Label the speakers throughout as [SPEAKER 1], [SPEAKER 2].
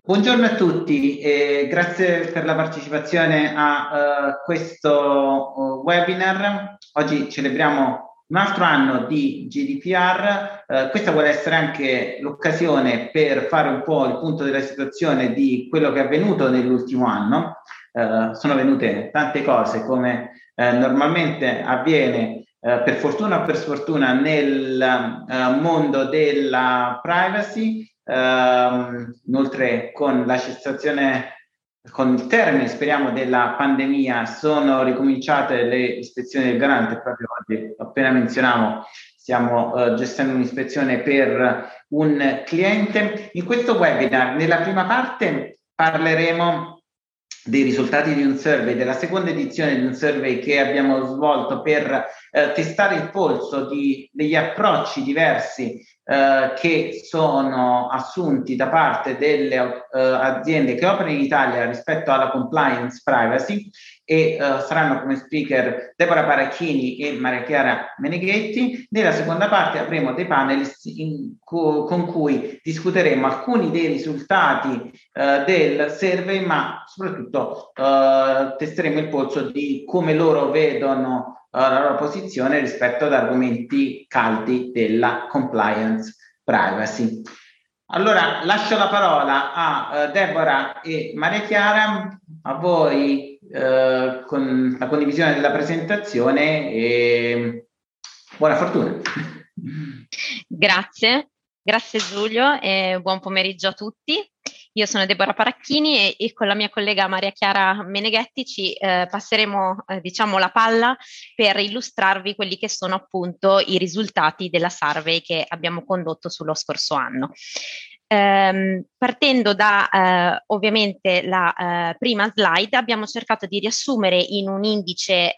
[SPEAKER 1] Buongiorno a tutti e grazie per la partecipazione a questo webinar. Oggi celebriamo un altro anno di GDPR. Questa vuole essere anche l'occasione per fare un po' il punto della situazione di quello che è avvenuto nell'ultimo anno. Sono venute tante cose come normalmente avviene per fortuna o per sfortuna nel mondo della privacy. Inoltre con la cessazione, con il termine speriamo della pandemia, sono ricominciate le ispezioni del garante. Proprio oggi, appena menzionavo, stiamo gestendo un'ispezione per un cliente. In questo webinar, nella prima parte, parleremo dei risultati di un survey, della seconda edizione di un survey che abbiamo svolto per testare il polso degli approcci diversi che sono assunti da parte delle aziende che operano in Italia rispetto alla compliance privacy, e saranno come speaker Deborah Paracchini e Maria Chiara Meneghetti. Nella seconda parte avremo dei panelist con cui discuteremo alcuni dei risultati del survey, ma soprattutto testeremo il polso di come loro vedono la loro posizione rispetto ad argomenti caldi della compliance privacy. Allora lascio la parola a Deborah e Maria Chiara, a voi con la condivisione della presentazione e buona fortuna.
[SPEAKER 2] Grazie Giulio e buon pomeriggio a tutti. Io sono Deborah Paracchini e con la mia collega Maria Chiara Meneghetti ci passeremo la palla per illustrarvi quelli che sono appunto i risultati della survey che abbiamo condotto sullo scorso anno. Partendo da ovviamente la prima slide, abbiamo cercato di riassumere in un indice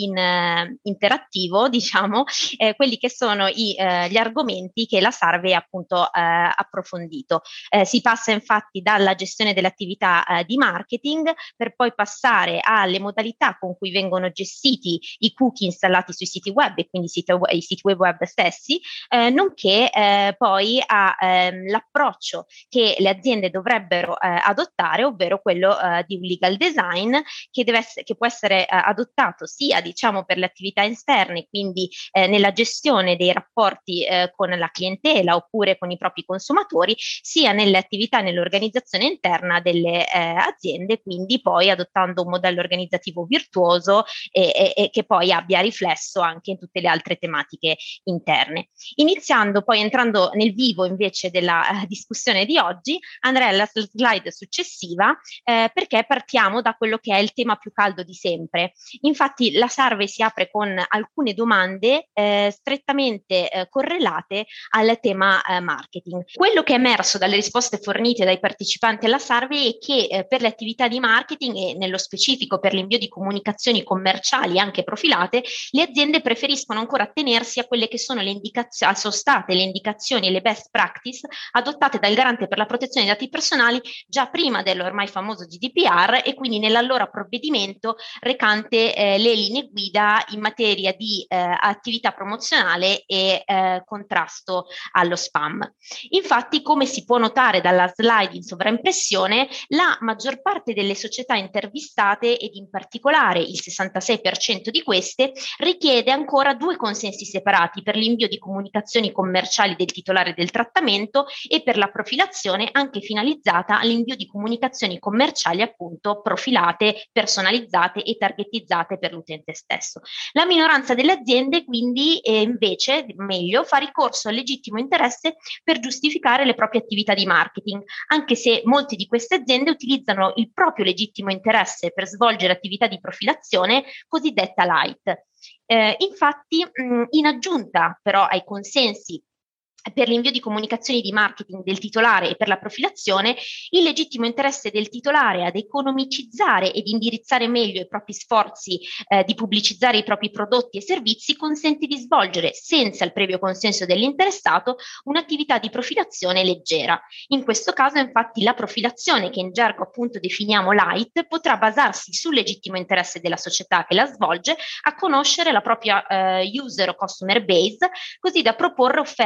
[SPEAKER 2] interattivo, quelli che sono gli argomenti che la survey ha appunto approfondito. Si passa infatti dalla gestione dell'attività di marketing per poi passare alle modalità con cui vengono gestiti i cookie installati sui siti web e quindi i siti web stessi, nonché poi all'approccio che le aziende dovrebbero adottare, ovvero quello di un legal design che può essere adottato sia per le attività esterne, quindi nella gestione dei rapporti con la clientela oppure con i propri consumatori, sia nelle attività nell'organizzazione interna delle aziende, quindi poi adottando un modello organizzativo virtuoso e che poi abbia riflesso anche in tutte le altre tematiche interne. Entrando nel vivo invece della discussione di oggi, andrei alla slide successiva perché partiamo da quello che è il tema più caldo di sempre. Infatti la survey si apre con alcune domande strettamente correlate al tema marketing. Quello che è emerso dalle risposte fornite dai partecipanti alla survey è che per le attività di marketing e nello specifico per l'invio di comunicazioni commerciali anche profilate, le aziende preferiscono ancora attenersi a quelle che sono sono state le indicazioni e le best practice adottate dal garante per la protezione dei dati personali già prima dell'ormai famoso GDPR e quindi nell'allora provvedimento recante le linee guida in materia di attività promozionale e contrasto allo spam. Infatti, come si può notare dalla slide in sovraimpressione, la maggior parte delle società intervistate ed in particolare il 66% di queste richiede ancora due consensi separati per l'invio di comunicazioni commerciali del titolare del trattamento e per la profilazione anche finalizzata all'invio di comunicazioni commerciali appunto profilate, personalizzate e targetizzate per l'utente stesso. La minoranza delle aziende quindi invece, meglio, fa ricorso al legittimo interesse per giustificare le proprie attività di marketing, anche se molte di queste aziende utilizzano il proprio legittimo interesse per svolgere attività di profilazione cosiddetta light. Infatti, in aggiunta però ai consensi per l'invio di comunicazioni di marketing del titolare e per la profilazione, il legittimo interesse del titolare ad economicizzare ed indirizzare meglio i propri sforzi di pubblicizzare i propri prodotti e servizi consente di svolgere, senza il previo consenso dell'interessato, un'attività di profilazione leggera. In questo caso, infatti, la profilazione, che in gergo appunto definiamo light, potrà basarsi sul legittimo interesse della società che la svolge a conoscere la propria user o customer base, così da proporre offerte e servizi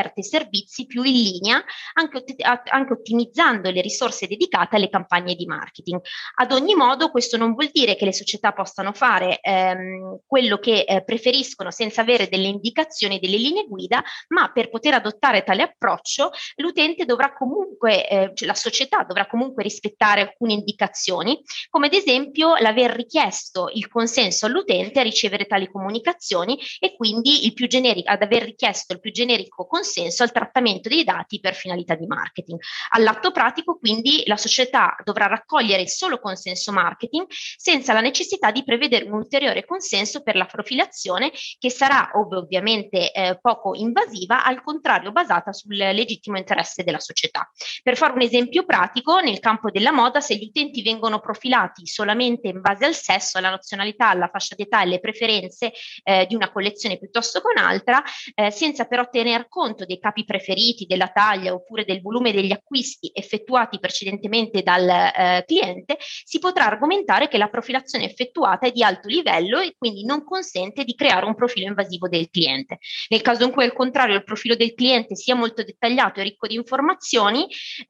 [SPEAKER 2] servizi più in linea, anche ottimizzando le risorse dedicate alle campagne di marketing. Ad ogni modo, questo non vuol dire che le società possano fare quello che preferiscono senza avere delle indicazioni, delle linee guida, ma per poter adottare tale approccio l'utente dovrà comunque, cioè la società dovrà comunque rispettare alcune indicazioni, come ad esempio l'aver richiesto il consenso all'utente a ricevere tali comunicazioni e quindi ad aver richiesto il più generico consenso al trattamento dei dati per finalità di marketing. All'atto pratico, quindi, la società dovrà raccogliere il solo consenso marketing senza la necessità di prevedere un ulteriore consenso per la profilazione, che sarà ovviamente poco invasiva, al contrario basata sul legittimo interesse della società. Per fare un esempio pratico, nel campo della moda, se gli utenti vengono profilati solamente in base al sesso, alla nazionalità, alla fascia d'età e alle preferenze di una collezione piuttosto che un'altra, senza però tener conto dei capi preferiti, della taglia oppure del volume degli acquisti effettuati precedentemente dal cliente, si potrà argomentare che la profilazione effettuata è di alto livello e quindi non consente di creare un profilo invasivo del cliente. Nel caso in cui, al contrario, il profilo del cliente sia molto dettagliato e ricco di informazioni,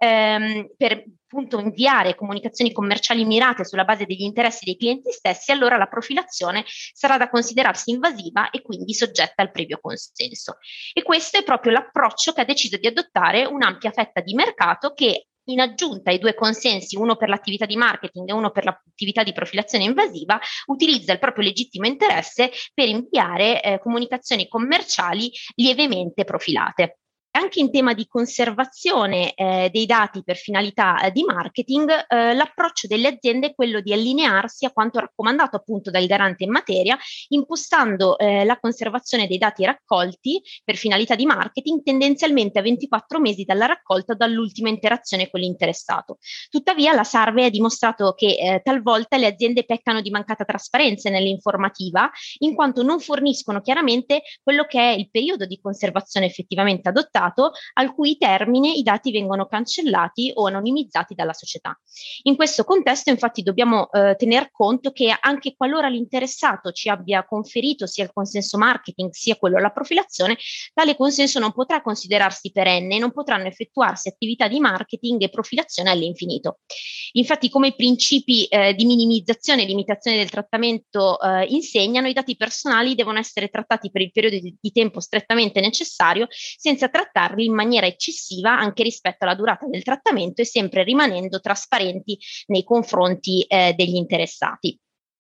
[SPEAKER 2] per appunto inviare comunicazioni commerciali mirate sulla base degli interessi dei clienti stessi, allora la profilazione sarà da considerarsi invasiva e quindi soggetta al previo consenso. E questo è proprio l'approccio che ha deciso di adottare un'ampia fetta di mercato che, in aggiunta ai due consensi, uno per l'attività di marketing e uno per l'attività di profilazione invasiva, utilizza il proprio legittimo interesse per inviare comunicazioni commerciali lievemente profilate. Anche in tema di conservazione dei dati per finalità di marketing, l'approccio delle aziende è quello di allinearsi a quanto raccomandato appunto dal garante in materia, impostando la conservazione dei dati raccolti per finalità di marketing tendenzialmente a 24 mesi dalla raccolta o dall'ultima interazione con l'interessato. Tuttavia, la Sarve ha dimostrato che talvolta le aziende peccano di mancata trasparenza nell'informativa, in quanto non forniscono chiaramente quello che è il periodo di conservazione effettivamente adottato, al cui termine i dati vengono cancellati o anonimizzati dalla società. In questo contesto, infatti, dobbiamo tener conto che anche qualora l'interessato ci abbia conferito sia il consenso marketing sia quello alla profilazione, tale consenso non potrà considerarsi perenne e non potranno effettuarsi attività di marketing e profilazione all'infinito. Infatti, come i principi di minimizzazione e limitazione del trattamento insegnano, i dati personali devono essere trattati per il periodo di tempo strettamente necessario, senza trattarli in maniera eccessiva anche rispetto alla durata del trattamento e sempre rimanendo trasparenti nei confronti degli interessati.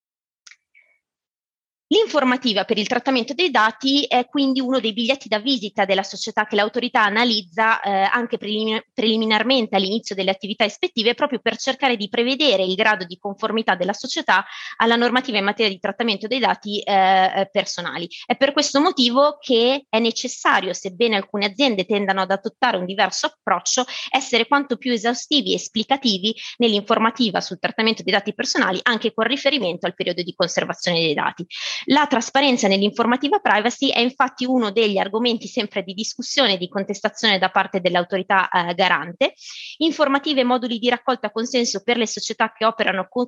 [SPEAKER 2] L'informativa per il trattamento dei dati è quindi uno dei biglietti da visita della società che l'autorità analizza anche preliminarmente all'inizio delle attività ispettive, proprio per cercare di prevedere il grado di conformità della società alla normativa in materia di trattamento dei dati personali. È per questo motivo che è necessario, sebbene alcune aziende tendano ad adottare un diverso approccio, essere quanto più esaustivi e esplicativi nell'informativa sul trattamento dei dati personali, anche con riferimento al periodo di conservazione dei dati. La trasparenza nell'informativa privacy è infatti uno degli argomenti sempre di discussione e di contestazione da parte dell'autorità garante. Informative e moduli di raccolta consenso per le società che operano con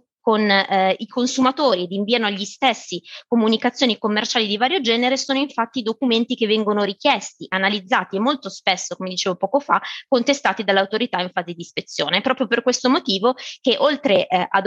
[SPEAKER 2] i consumatori ed inviano agli stessi comunicazioni commerciali di vario genere sono infatti documenti che vengono richiesti, analizzati e molto spesso, come dicevo poco fa, contestati dall'autorità in fase di ispezione. È proprio per questo motivo che, oltre a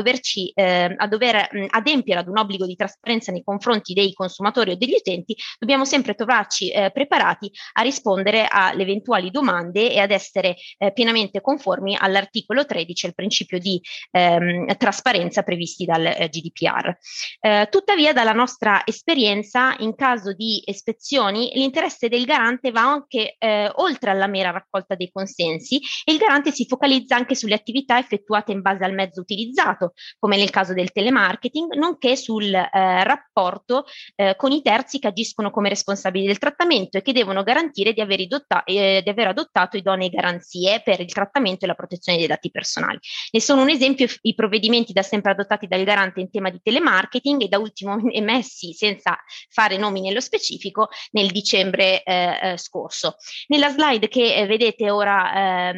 [SPEAKER 2] dover adempiere ad un obbligo di trasparenza nei confronti dei consumatori o degli utenti, dobbiamo sempre trovarci preparati a rispondere alle eventuali domande e ad essere pienamente conformi all'articolo 13, al principio di trasparenza previsti dal GDPR. Tuttavia, dalla nostra esperienza, in caso di ispezioni, l'interesse del garante va anche oltre alla mera raccolta dei consensi e il garante si focalizza anche sulle attività effettuate in base al mezzo utilizzato, come nel caso del telemarketing, nonché sul rapporto con i terzi che agiscono come responsabili del trattamento e che devono garantire di aver adottato idonee garanzie per il trattamento e la protezione dei dati personali. Ne sono un esempio i provvedimenti da sempre adottati dal garante in tema di telemarketing e da ultimo emessi, senza fare nomi nello specifico, nel dicembre scorso. Nella slide che vedete ora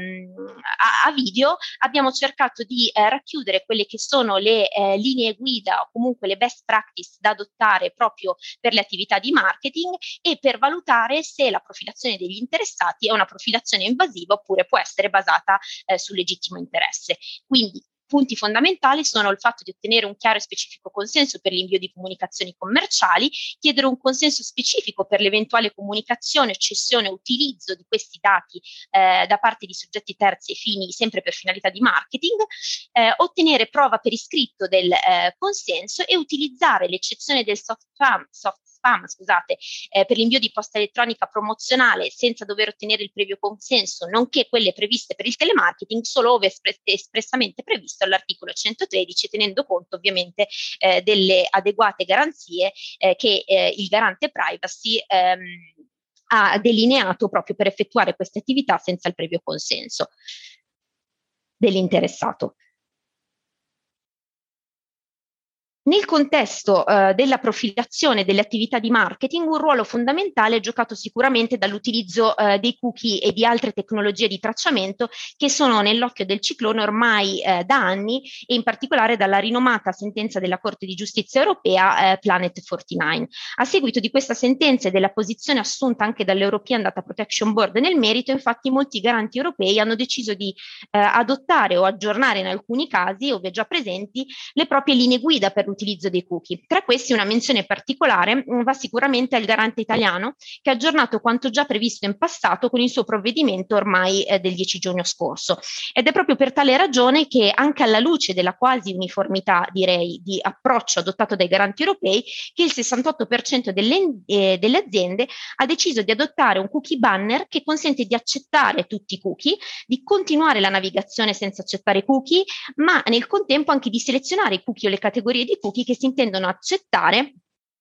[SPEAKER 2] a video abbiamo cercato di racchiudere quelle che sono le linee guida o comunque le best practice da adottare usare proprio per le attività di marketing e per valutare se la profilazione degli interessati è una profilazione invasiva oppure può essere basata sul legittimo interesse. Quindi punti fondamentali sono il fatto di ottenere un chiaro e specifico consenso per l'invio di comunicazioni commerciali, chiedere un consenso specifico per l'eventuale comunicazione, cessione o utilizzo di questi dati da parte di soggetti terzi e fini sempre per finalità di marketing, ottenere prova per iscritto del consenso e utilizzare l'eccezione del soft spam, per l'invio di posta elettronica promozionale senza dover ottenere il previo consenso, nonché quelle previste per il telemarketing solo ove espressamente previsto all'articolo 113, tenendo conto ovviamente delle adeguate garanzie che il garante privacy ha delineato proprio per effettuare queste attività senza il previo consenso dell'interessato. Nel contesto della profilazione delle attività di marketing, un ruolo fondamentale è giocato sicuramente dall'utilizzo dei cookie e di altre tecnologie di tracciamento che sono nell'occhio del ciclone ormai da anni, e in particolare dalla rinomata sentenza della Corte di Giustizia europea Planet 49. A seguito di questa sentenza e della posizione assunta anche dall'European Data Protection Board nel merito, infatti molti garanti europei hanno deciso di adottare o aggiornare in alcuni casi, ove già presenti, le proprie linee guida per l'utilizzo dei cookie. Tra questi una menzione particolare va sicuramente al garante italiano, che ha aggiornato quanto già previsto in passato con il suo provvedimento ormai del 10 giugno scorso. Ed è proprio per tale ragione che, anche alla luce della quasi uniformità, direi, di approccio adottato dai garanti europei, che il 68% delle aziende ha deciso di adottare un cookie banner che consente di accettare tutti i cookie, di continuare la navigazione senza accettare cookie, ma nel contempo anche di selezionare i cookie o le categorie di cookie che si intendono accettare,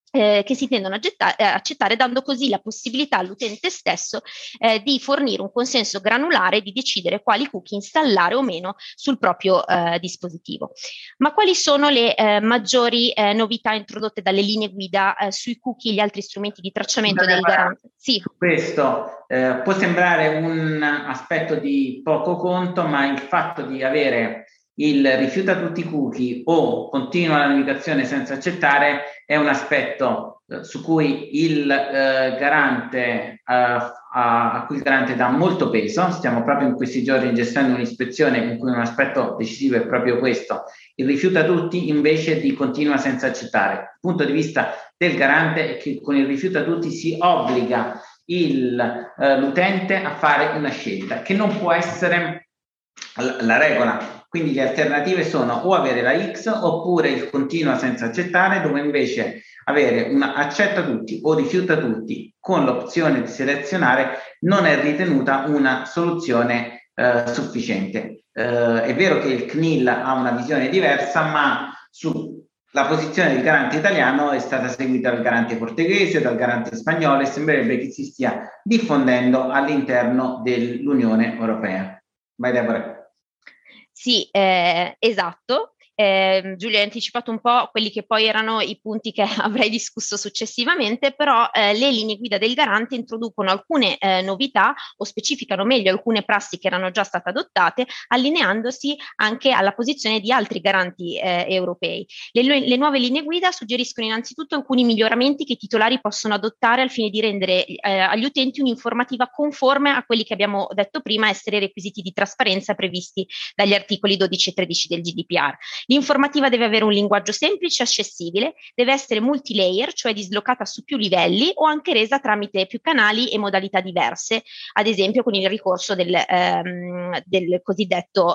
[SPEAKER 2] dando così la possibilità all'utente stesso di fornire un consenso granulare e di decidere quali cookie installare o meno sul proprio dispositivo. Ma quali sono le maggiori novità introdotte dalle linee guida sui cookie e gli altri strumenti di tracciamento del garante? Sì.
[SPEAKER 1] Questo può sembrare un aspetto di poco conto, ma il fatto di avere il rifiuta tutti i cookie o continua la navigazione senza accettare è un aspetto su cui il garante a cui il garante dà molto peso. Stiamo proprio in questi giorni gestendo un'ispezione in cui un aspetto decisivo è proprio questo: il rifiuta tutti invece di continua senza accettare. Il punto di vista del garante è che con il rifiuta tutti si obbliga l'utente a fare una scelta che non può essere la regola. Quindi le alternative sono o avere la X oppure il continua senza accettare, dove invece avere una accetta tutti o rifiuta tutti con l'opzione di selezionare non è ritenuta una soluzione sufficiente. È vero che il CNIL ha una visione diversa, ma la posizione del garante italiano è stata seguita dal garante portoghese, dal garante spagnolo, e sembrerebbe che si stia diffondendo all'interno dell'Unione Europea. Vai Deborah.
[SPEAKER 2] Sì, esatto. Giulia ha anticipato un po' quelli che poi erano i punti che avrei discusso successivamente, però le linee guida del garante introducono alcune novità o specificano meglio alcune prassi che erano già state adottate, allineandosi anche alla posizione di altri garanti europei. Le nuove linee guida suggeriscono innanzitutto alcuni miglioramenti che i titolari possono adottare al fine di rendere agli utenti un'informativa conforme a quelli che abbiamo detto prima essere i requisiti di trasparenza previsti dagli articoli 12 e 13 del GDPR. L'informativa deve avere un linguaggio semplice e accessibile, deve essere multilayer, cioè dislocata su più livelli o anche resa tramite più canali e modalità diverse, ad esempio con il ricorso del cosiddetto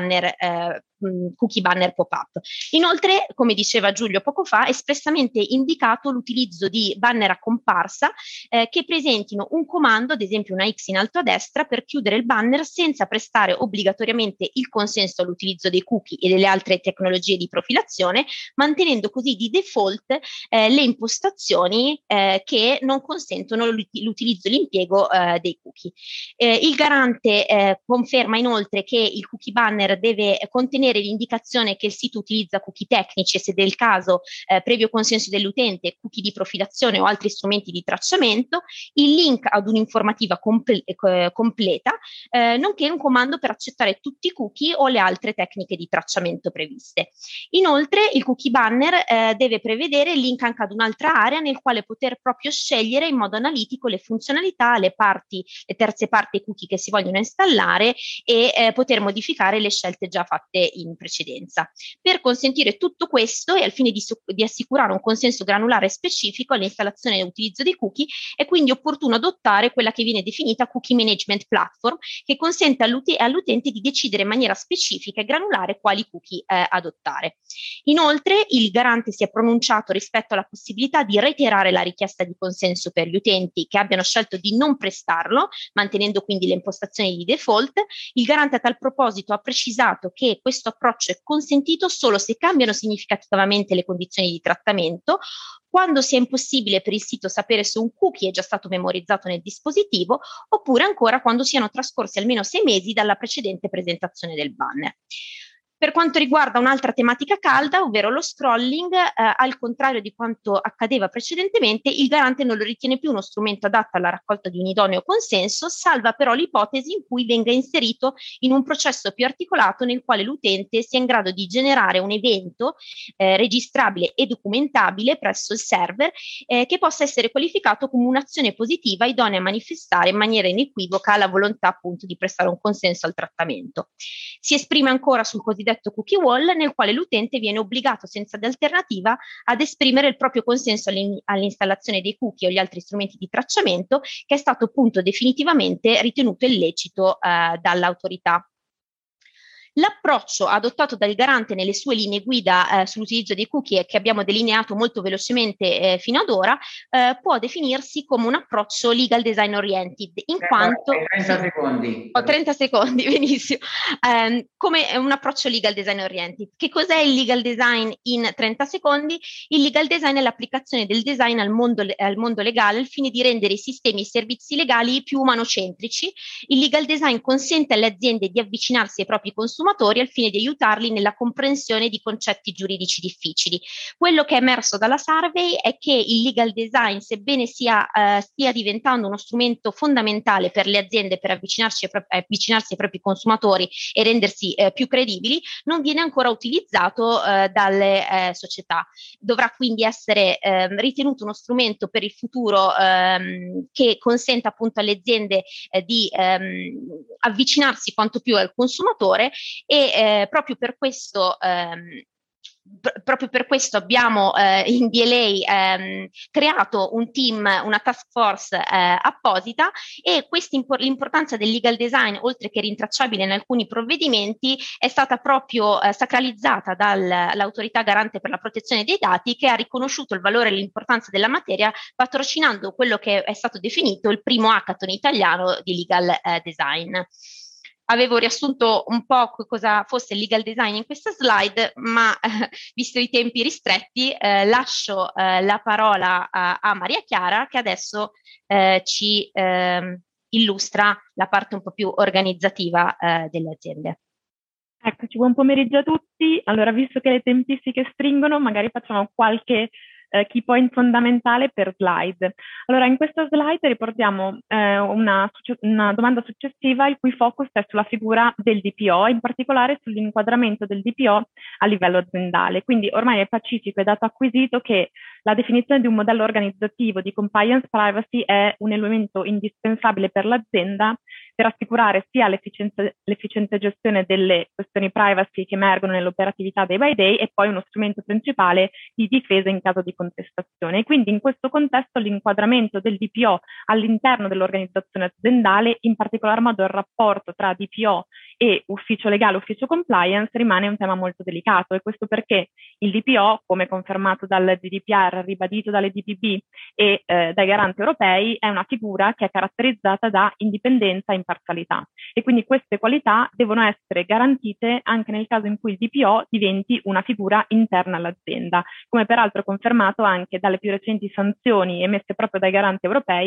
[SPEAKER 2] cookie banner pop-up. Inoltre, come diceva Giulio poco fa, è espressamente indicato l'utilizzo di banner a comparsa che presentino un comando, ad esempio una X in alto a destra, per chiudere il banner senza prestare obbligatoriamente il consenso all'utilizzo dei cookie e delle altre tecnologie di profilazione, mantenendo così di default le impostazioni che non consentono l'utilizzo e l'impiego dei cookie. Il garante conferma inoltre che il cookie banner deve contenere avere l'indicazione che il sito utilizza cookie tecnici e, se del caso, previo consenso dell'utente, cookie di profilazione o altri strumenti di tracciamento, il link ad un'informativa completa, nonché un comando per accettare tutti i cookie o le altre tecniche di tracciamento previste. Inoltre il cookie banner deve prevedere il link anche ad un'altra area nel quale poter proprio scegliere in modo analitico le funzionalità, le terze parti cookie che si vogliono installare e poter modificare le scelte già fatte in precedenza. Per consentire tutto questo e al fine di assicurare un consenso granulare specifico all'installazione e utilizzo dei cookie, è quindi opportuno adottare quella che viene definita Cookie Management Platform, che consente all'utente di decidere in maniera specifica e granulare quali cookie adottare. Inoltre, il garante si è pronunciato rispetto alla possibilità di reiterare la richiesta di consenso per gli utenti che abbiano scelto di non prestarlo, mantenendo quindi le impostazioni di default. Il garante a tal proposito ha precisato che questo approccio è consentito solo se cambiano significativamente le condizioni di trattamento, quando sia impossibile per il sito sapere se un cookie è già stato memorizzato nel dispositivo, oppure ancora quando siano trascorsi almeno 6 mesi dalla precedente presentazione del banner. Per quanto riguarda un'altra tematica calda, ovvero lo scrolling, al contrario di quanto accadeva precedentemente, il garante non lo ritiene più uno strumento adatto alla raccolta di un idoneo consenso, salva però l'ipotesi in cui venga inserito in un processo più articolato nel quale l'utente sia in grado di generare un evento registrabile e documentabile presso il server, che possa essere qualificato come un'azione positiva idonea a manifestare in maniera inequivoca la volontà appunto di prestare un consenso al trattamento. Si esprime ancora sul cosiddetto cookie wall, nel quale l'utente viene obbligato senza alternativa ad esprimere il proprio consenso all'installazione dei cookie o gli altri strumenti di tracciamento, che è stato appunto definitivamente ritenuto illecito dall'autorità. L'approccio adottato dal garante nelle sue linee guida sull'utilizzo dei cookie, che abbiamo delineato molto velocemente fino ad ora, può definirsi come un approccio legal design oriented, in quanto...
[SPEAKER 1] 30 secondi.
[SPEAKER 2] Ho 30 secondi, benissimo. Come un approccio legal design oriented. Che cos'è il legal design in 30 secondi? Il legal design è l'applicazione del design al mondo legale al fine di rendere i sistemi e i servizi legali più umanocentrici. Il legal design consente alle aziende di avvicinarsi ai propri consumatori al fine di aiutarli nella comprensione di concetti giuridici difficili. Quello che è emerso dalla survey è che il legal design, sebbene stia diventando uno strumento fondamentale per le aziende per avvicinarsi ai propri consumatori e rendersi più credibili, non viene ancora utilizzato dalle società. Dovrà quindi essere ritenuto uno strumento per il futuro che consenta appunto alle aziende di avvicinarsi quanto più al consumatore e proprio per questo abbiamo in DLA creato un team, una task force apposita, e l'importanza del legal design, oltre che rintracciabile in alcuni provvedimenti, è stata proprio sacralizzata dall'autorità garante per la protezione dei dati, che ha riconosciuto il valore e l'importanza della materia, patrocinando quello che è stato definito il primo hackathon italiano di legal design. Avevo riassunto un po' cosa fosse il legal design in questa slide, ma visto i tempi ristretti, lascio la parola a Maria Chiara, che adesso ci illustra la parte un po' più organizzativa delle aziende.
[SPEAKER 3] Eccoci, buon pomeriggio a tutti. Allora, visto che le tempistiche stringono, magari facciamo qualche key point fondamentale per slide. Allora, in questa slide riportiamo una domanda successiva, il cui focus è sulla figura del DPO, in particolare sull'inquadramento del DPO a livello aziendale. Quindi ormai è pacifico e dato acquisito che la definizione di un modello organizzativo di compliance privacy è un elemento indispensabile per l'azienda per assicurare sia l'efficiente gestione delle questioni privacy che emergono nell'operatività day by day, e poi uno strumento principale di difesa in caso di contestazione. E quindi in questo contesto l'inquadramento del DPO all'interno dell'organizzazione aziendale, in particolar modo il rapporto tra DPO e ufficio legale, ufficio compliance, rimane un tema molto delicato, e questo perché il DPO, come confermato dal GDPR, ribadito dalle DPB e dai garanti europei, è una figura che è caratterizzata da indipendenza e imparzialità, e quindi queste qualità devono essere garantite anche nel caso in cui il DPO diventi una figura interna all'azienda, come peraltro confermato anche dalle più recenti sanzioni emesse proprio dai garanti europei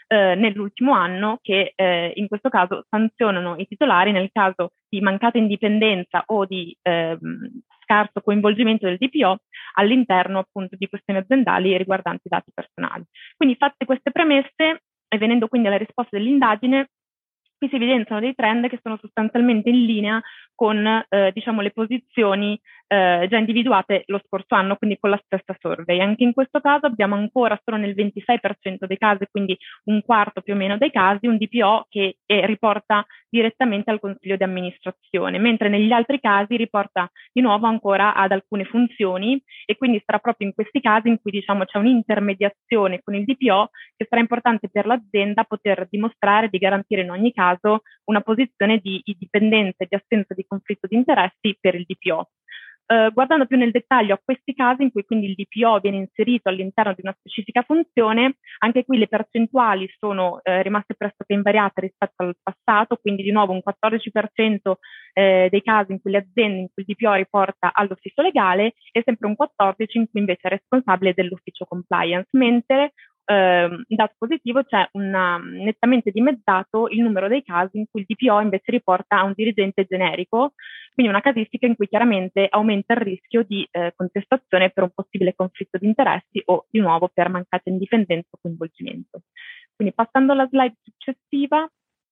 [SPEAKER 3] nell'ultimo anno che in questo caso sanzionano i titolari nel caso di mancata indipendenza o di scarso coinvolgimento del DPO all'interno appunto di questioni aziendali riguardanti dati personali. Quindi fatte queste premesse e venendo quindi alla risposta dell'indagine, qui si evidenziano dei trend che sono sostanzialmente in linea con diciamo, le posizioni già individuate lo scorso anno, quindi con la stessa survey. Anche in questo caso abbiamo ancora solo nel 26% dei casi, quindi un quarto più o meno dei casi, un DPO che riporta direttamente al consiglio di amministrazione, mentre negli altri casi riporta di nuovo ancora ad alcune funzioni e quindi sarà proprio in questi casi in cui diciamo c'è un'intermediazione con il DPO che sarà importante per l'azienda poter dimostrare di garantire in ogni caso una posizione di dipendenza e di assenza di conflitto di interessi per il DPO. Guardando più nel dettaglio a questi casi in cui quindi il DPO viene inserito all'interno di una specifica funzione, anche qui le percentuali sono rimaste pressoché invariate rispetto al passato, quindi di nuovo un 14% dei casi in cui le aziende in cui il DPO riporta all'ufficio legale e sempre un 14% in cui invece è responsabile dell'ufficio compliance, mentre dato positivo c'è nettamente dimezzato il numero dei casi in cui il DPO invece riporta a un dirigente generico, quindi una casistica in cui chiaramente aumenta il rischio di contestazione per un possibile conflitto di interessi o di nuovo per mancata indipendenza o coinvolgimento. Quindi passando alla slide successiva,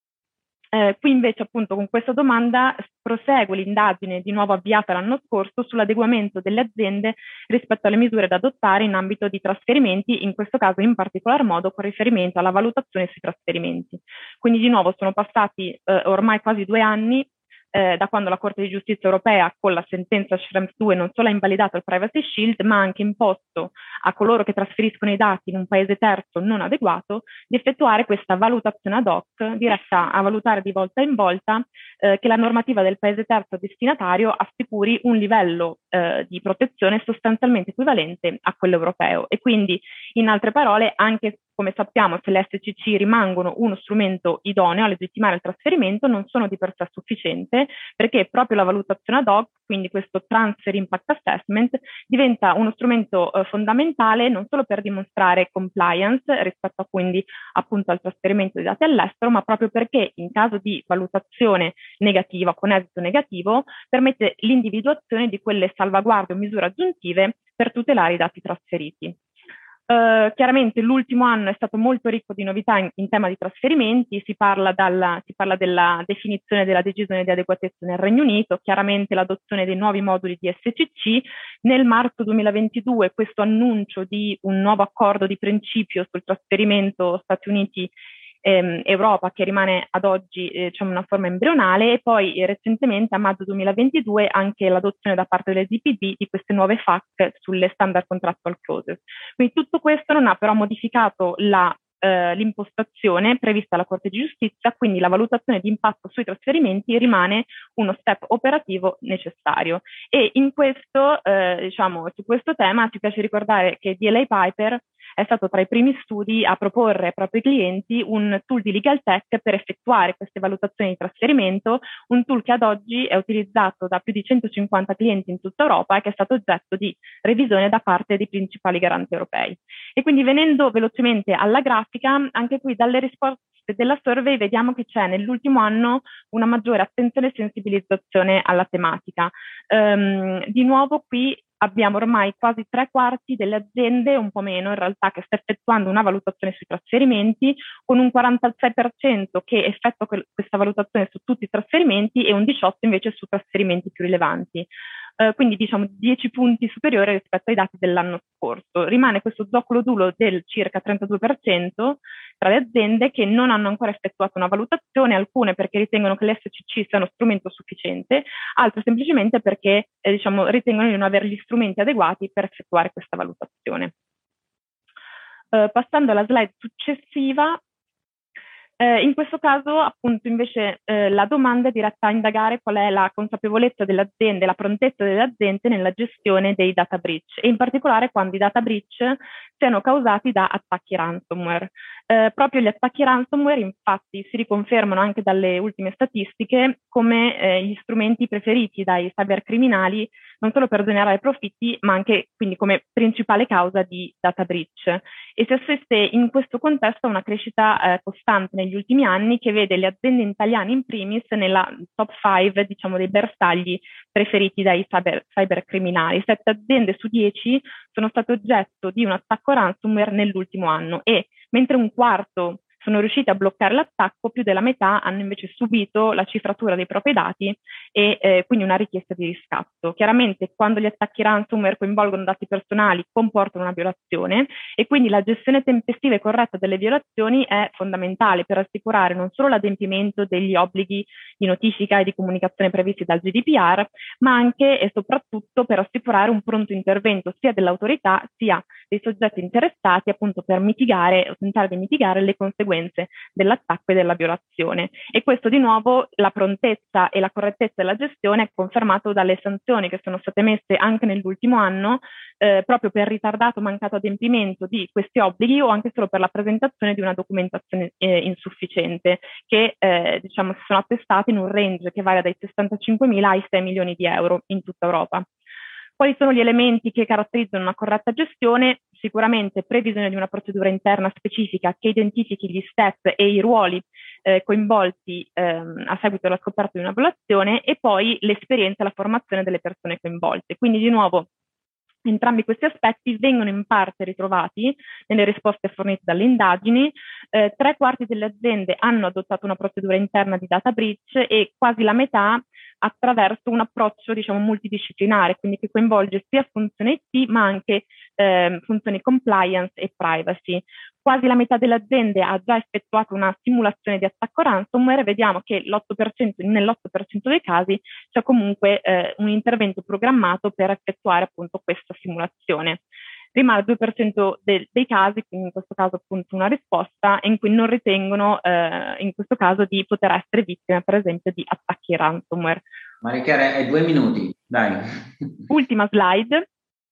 [SPEAKER 3] qui invece appunto con questa domanda prosegue l'indagine di nuovo avviata l'anno scorso sull'adeguamento delle aziende rispetto alle misure da adottare in ambito di trasferimenti, in questo caso in particolar modo con riferimento alla valutazione sui trasferimenti. Quindi di nuovo sono passati ormai quasi 2 anni da quando la Corte di Giustizia europea con la sentenza Schrems 2 non solo ha invalidato il Privacy Shield, ma ha anche imposto a coloro che trasferiscono i dati in un paese terzo non adeguato di effettuare questa valutazione ad hoc diretta a valutare di volta in volta che la normativa del paese terzo destinatario assicuri un livello di protezione sostanzialmente equivalente a quello europeo. E quindi, in altre parole, anche come sappiamo, se le SCC rimangono uno strumento idoneo a legittimare il trasferimento, non sono di per sé sufficiente, perché proprio la valutazione ad hoc, quindi questo Transfer Impact Assessment, diventa uno strumento fondamentale non solo per dimostrare compliance rispetto a quindi appunto al trasferimento dei dati all'estero, ma proprio perché in caso di valutazione negativa, con esito negativo, permette l'individuazione di quelle salvaguardie o misure aggiuntive per tutelare i dati trasferiti. Chiaramente l'ultimo anno è stato molto ricco di novità in tema di trasferimenti, si parla della definizione della decisione di adeguatezza nel Regno Unito, chiaramente l'adozione dei nuovi moduli di SCC. Nel marzo 2022 questo annuncio di un nuovo accordo di principio sul trasferimento Stati Uniti Europa, che rimane ad oggi diciamo una forma embrionale, e poi recentemente a maggio 2022 anche l'adozione da parte delle DPD di queste nuove FAC sulle standard contractual clauses. Quindi tutto questo non ha però modificato l'impostazione prevista dalla Corte di Giustizia, quindi la valutazione di impatto sui trasferimenti rimane uno step operativo necessario. E in questo, diciamo, su questo tema ci piace ricordare che DLA Piper è stato tra i primi studi a proporre ai propri clienti un tool di legal tech per effettuare queste valutazioni di trasferimento, un tool che ad oggi è utilizzato da più di 150 clienti in tutta Europa e che è stato oggetto di revisione da parte dei principali garanti europei. E quindi venendo velocemente alla grafica, anche qui dalle risposte della survey vediamo che c'è nell'ultimo anno una maggiore attenzione e sensibilizzazione alla tematica. Di nuovo qui abbiamo ormai quasi 3/4 delle aziende, un po' meno in realtà, che sta effettuando una valutazione sui trasferimenti, con un 46% che effettua questa valutazione su tutti i trasferimenti e un 18% invece su trasferimenti più rilevanti. Quindi diciamo 10 punti superiore rispetto ai dati dell'anno scorso. Rimane questo zoccolo duro del circa 32% tra le aziende che non hanno ancora effettuato una valutazione, alcune perché ritengono che l'SCC sia uno strumento sufficiente, altre semplicemente perché diciamo, ritengono di non avere gli strumenti adeguati per effettuare questa valutazione. Passando alla slide successiva, in questo caso, appunto, invece la domanda è diretta a indagare qual è la consapevolezza delle aziende, la prontezza delle aziende nella gestione dei data breach e in particolare quando i data breach siano causati da attacchi ransomware. Proprio gli attacchi ransomware, infatti, si riconfermano anche dalle ultime statistiche come gli strumenti preferiti dai cybercriminali non solo per generare profitti, ma anche quindi come principale causa di data breach. E si assiste in questo contesto a una crescita costante negli ultimi anni, che vede le aziende italiane in primis nella top 5, diciamo, dei bersagli preferiti dai cybercriminali. 7 aziende su 10 sono state oggetto di un attacco ransomware nell'ultimo anno, e mentre un quarto sono riusciti a bloccare l'attacco, più della metà hanno invece subito la cifratura dei propri dati e quindi una richiesta di riscatto. Chiaramente quando gli attacchi ransomware coinvolgono dati personali comportano una violazione, e quindi la gestione tempestiva e corretta delle violazioni è fondamentale per assicurare non solo l'adempimento degli obblighi di notifica e di comunicazione previsti dal GDPR, ma anche e soprattutto per assicurare un pronto intervento sia dell'autorità sia dei soggetti interessati, appunto per mitigare o tentare di mitigare le conseguenze dell'attacco e della violazione. E questo di nuovo, la prontezza e la correttezza della gestione è confermato dalle sanzioni che sono state messe anche nell'ultimo anno proprio per ritardato mancato adempimento di questi obblighi, o anche solo per la presentazione di una documentazione insufficiente, che diciamo si sono attestati in un range che varia dai 65.000 ai 6 milioni di euro in tutta Europa. Quali sono gli elementi che caratterizzano una corretta gestione? Sicuramente previsione di una procedura interna specifica che identifichi gli step e i ruoli coinvolti a seguito della scoperta di una violazione, e poi l'esperienza e la formazione delle persone coinvolte. Quindi di nuovo entrambi questi aspetti vengono in parte ritrovati nelle risposte fornite dalle indagini. 3/4 delle aziende hanno adottato una procedura interna di data breach, e quasi la metà attraverso un approccio, diciamo, multidisciplinare, quindi che coinvolge sia funzioni IT ma anche funzioni compliance e privacy. Quasi la metà delle aziende ha già effettuato una simulazione di attacco ransomware. Vediamo che nell'8% dei casi c'è comunque un intervento programmato per effettuare appunto questa simulazione. Rimane il 2% dei casi, quindi in questo caso appunto una risposta, in cui non ritengono in questo caso di poter essere vittime per esempio di attacchi ransomware.
[SPEAKER 1] Maria Chiara, hai 2 minuti, dai.
[SPEAKER 3] Ultima slide.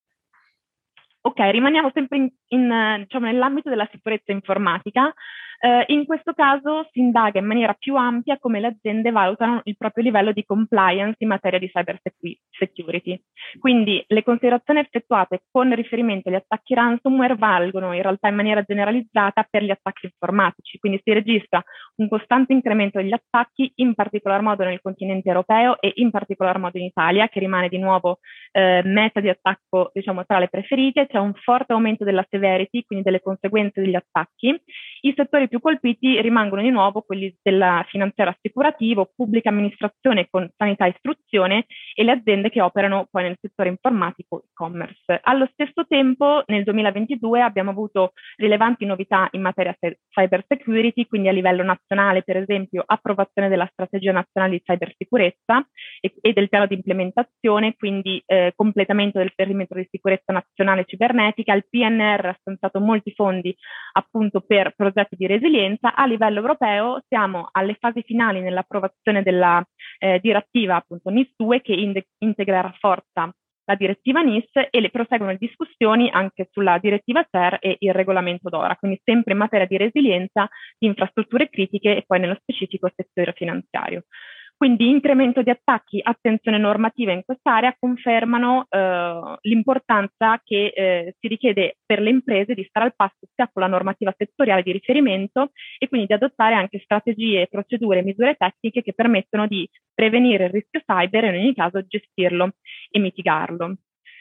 [SPEAKER 3] Ok, rimaniamo sempre diciamo, nell'ambito della sicurezza informatica. In questo caso si indaga in maniera più ampia come le aziende valutano il proprio livello di compliance in materia di cyber security. Quindi le considerazioni effettuate con riferimento agli attacchi ransomware valgono in realtà in maniera generalizzata per gli attacchi informatici, quindi si registra un costante incremento degli attacchi, in particolar modo nel continente europeo e in particolar modo in Italia, che rimane di nuovo meta di attacco, diciamo, tra le preferite. C'è un forte aumento della severity, quindi delle conseguenze degli attacchi. I settori più colpiti rimangono di nuovo quelli del finanziario assicurativo, pubblica amministrazione con sanità e istruzione, e le aziende che operano poi nel settore informatico e-commerce. Allo stesso tempo, nel 2022 abbiamo avuto rilevanti novità in materia cyber security, quindi a livello nazionale, per esempio, approvazione della strategia nazionale di cybersicurezza e del piano di implementazione, quindi completamento del perimetro di sicurezza nazionale cibernetica. Il PNR ha stanziato molti fondi appunto per progetti di resilienza. A livello europeo siamo alle fasi finali nell'approvazione della direttiva appunto NIS2, che integra e rafforza la direttiva NIS, e le proseguono le discussioni anche sulla direttiva CER e il regolamento DORA, quindi sempre in materia di resilienza, di infrastrutture critiche e poi nello specifico settore finanziario. Quindi incremento di attacchi, attenzione normativa in quest'area confermano l'importanza che si richiede per le imprese di stare al passo sia con la normativa settoriale di riferimento, e quindi di adottare anche strategie, procedure e misure tecniche che permettono di prevenire il rischio cyber e in ogni caso gestirlo e mitigarlo.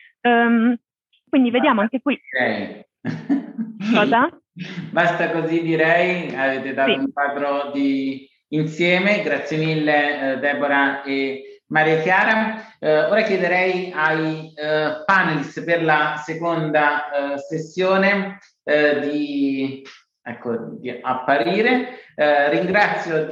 [SPEAKER 3] Quindi vediamo anche qui. Cosa?
[SPEAKER 1] Basta così, direi. Avete dato un quadro di insieme. Grazie mille Deborah e Maria Chiara. Ora chiederei ai panelist per la seconda sessione di apparire. Ringrazio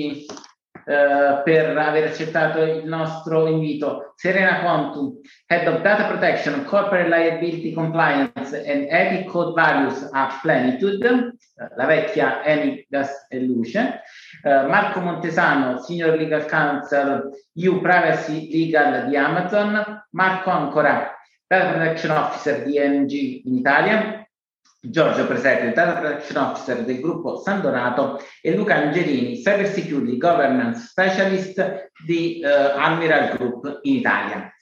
[SPEAKER 1] per aver accettato il nostro invito Serena Contu, Head of Data Protection, Corporate Liability Compliance and Ethic Code Values a Plenitude, la vecchia Eni Gas e Luce, Marco Montesano, Senior Legal Counsel EU Privacy Legal di Amazon, Marco Ancora, Data Protection Officer di ENG in Italia, Giorgio Presepe, Data Protection Officer del gruppo San Donato, e Luca Angelini, Cyber Security Governance Specialist di Admiral Group in Italia.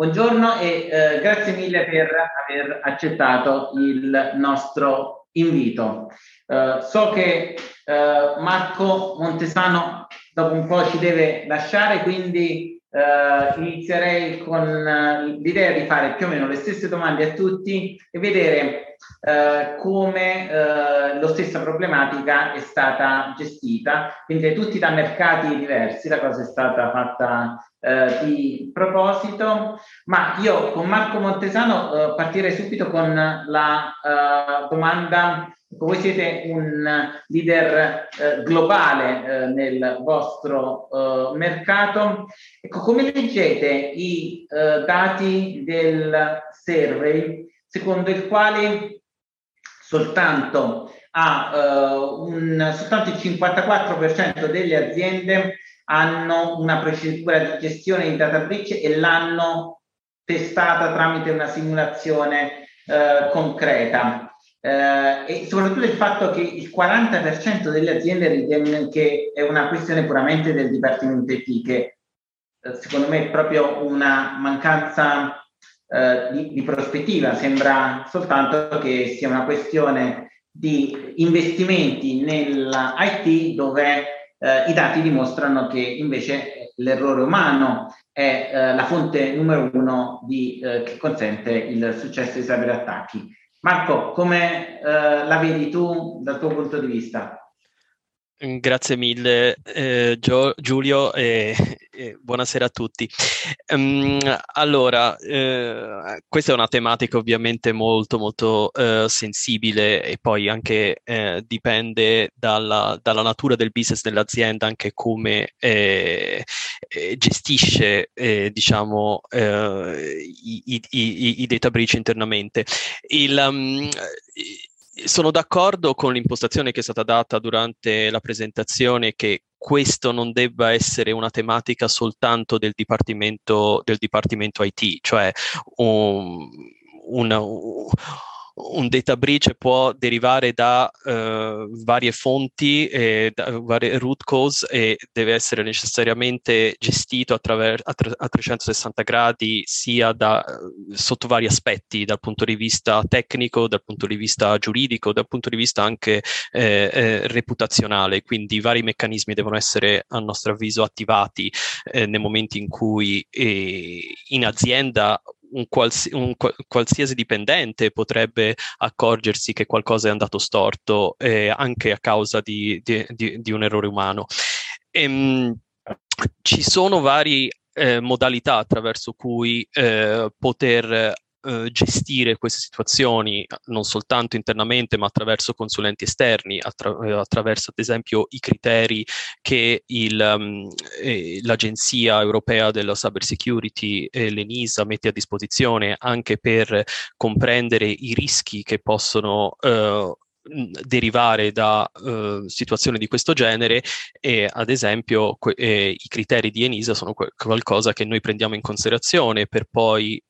[SPEAKER 1] Buongiorno e grazie mille per aver accettato il nostro invito. So che Marco Montesano dopo un po' ci deve lasciare, quindi inizierei con l'idea di fare più o meno le stesse domande a tutti e vedere come la stessa problematica è stata gestita, quindi tutti da mercati diversi, la cosa è stata fatta di proposito, ma io con Marco Montesano partirei subito con la domanda. Voi siete un leader globale nel vostro mercato. Ecco, come leggete i dati del survey secondo il quale soltanto il 54% delle aziende hanno una procedura di gestione di data breach e l'hanno testata tramite una simulazione concreta? E soprattutto il fatto che il 40% delle aziende ritiene che è una questione puramente del Dipartimento IT, che secondo me è proprio una mancanza di prospettiva, sembra soltanto che sia una questione di investimenti nell'IT dove i dati dimostrano che invece l'errore umano è la fonte numero uno che consente il successo dei cyberattacchi. Marco, come la vedi tu dal tuo punto di vista?
[SPEAKER 4] Grazie mille Giulio e buonasera a tutti. Allora, questa è una tematica ovviamente molto molto sensibile e poi anche dipende dalla natura del business dell'azienda, anche come gestisce diciamo i data breach internamente. Sono d'accordo con l'impostazione che è stata data durante la presentazione, che questo non debba essere una tematica soltanto del dipartimento IT, cioè un data breach può derivare da varie fonti, da varie root cause, e deve essere necessariamente gestito a 360 gradi, sia sotto vari aspetti, dal punto di vista tecnico, dal punto di vista giuridico, dal punto di vista anche reputazionale. Quindi i vari meccanismi devono essere, a nostro avviso, attivati nel momento in cui in azienda un qualsiasi dipendente potrebbe accorgersi che qualcosa è andato storto anche a causa di un errore umano. Ci sono varie modalità attraverso cui poter gestire queste situazioni, non soltanto internamente ma attraverso consulenti esterni, attraverso ad esempio i criteri che l'Agenzia Europea della Cyber Security, l'ENISA, mette a disposizione anche per comprendere i rischi che possono derivare da situazioni di questo genere, e ad esempio i criteri di ENISA sono qualcosa che noi prendiamo in considerazione per poi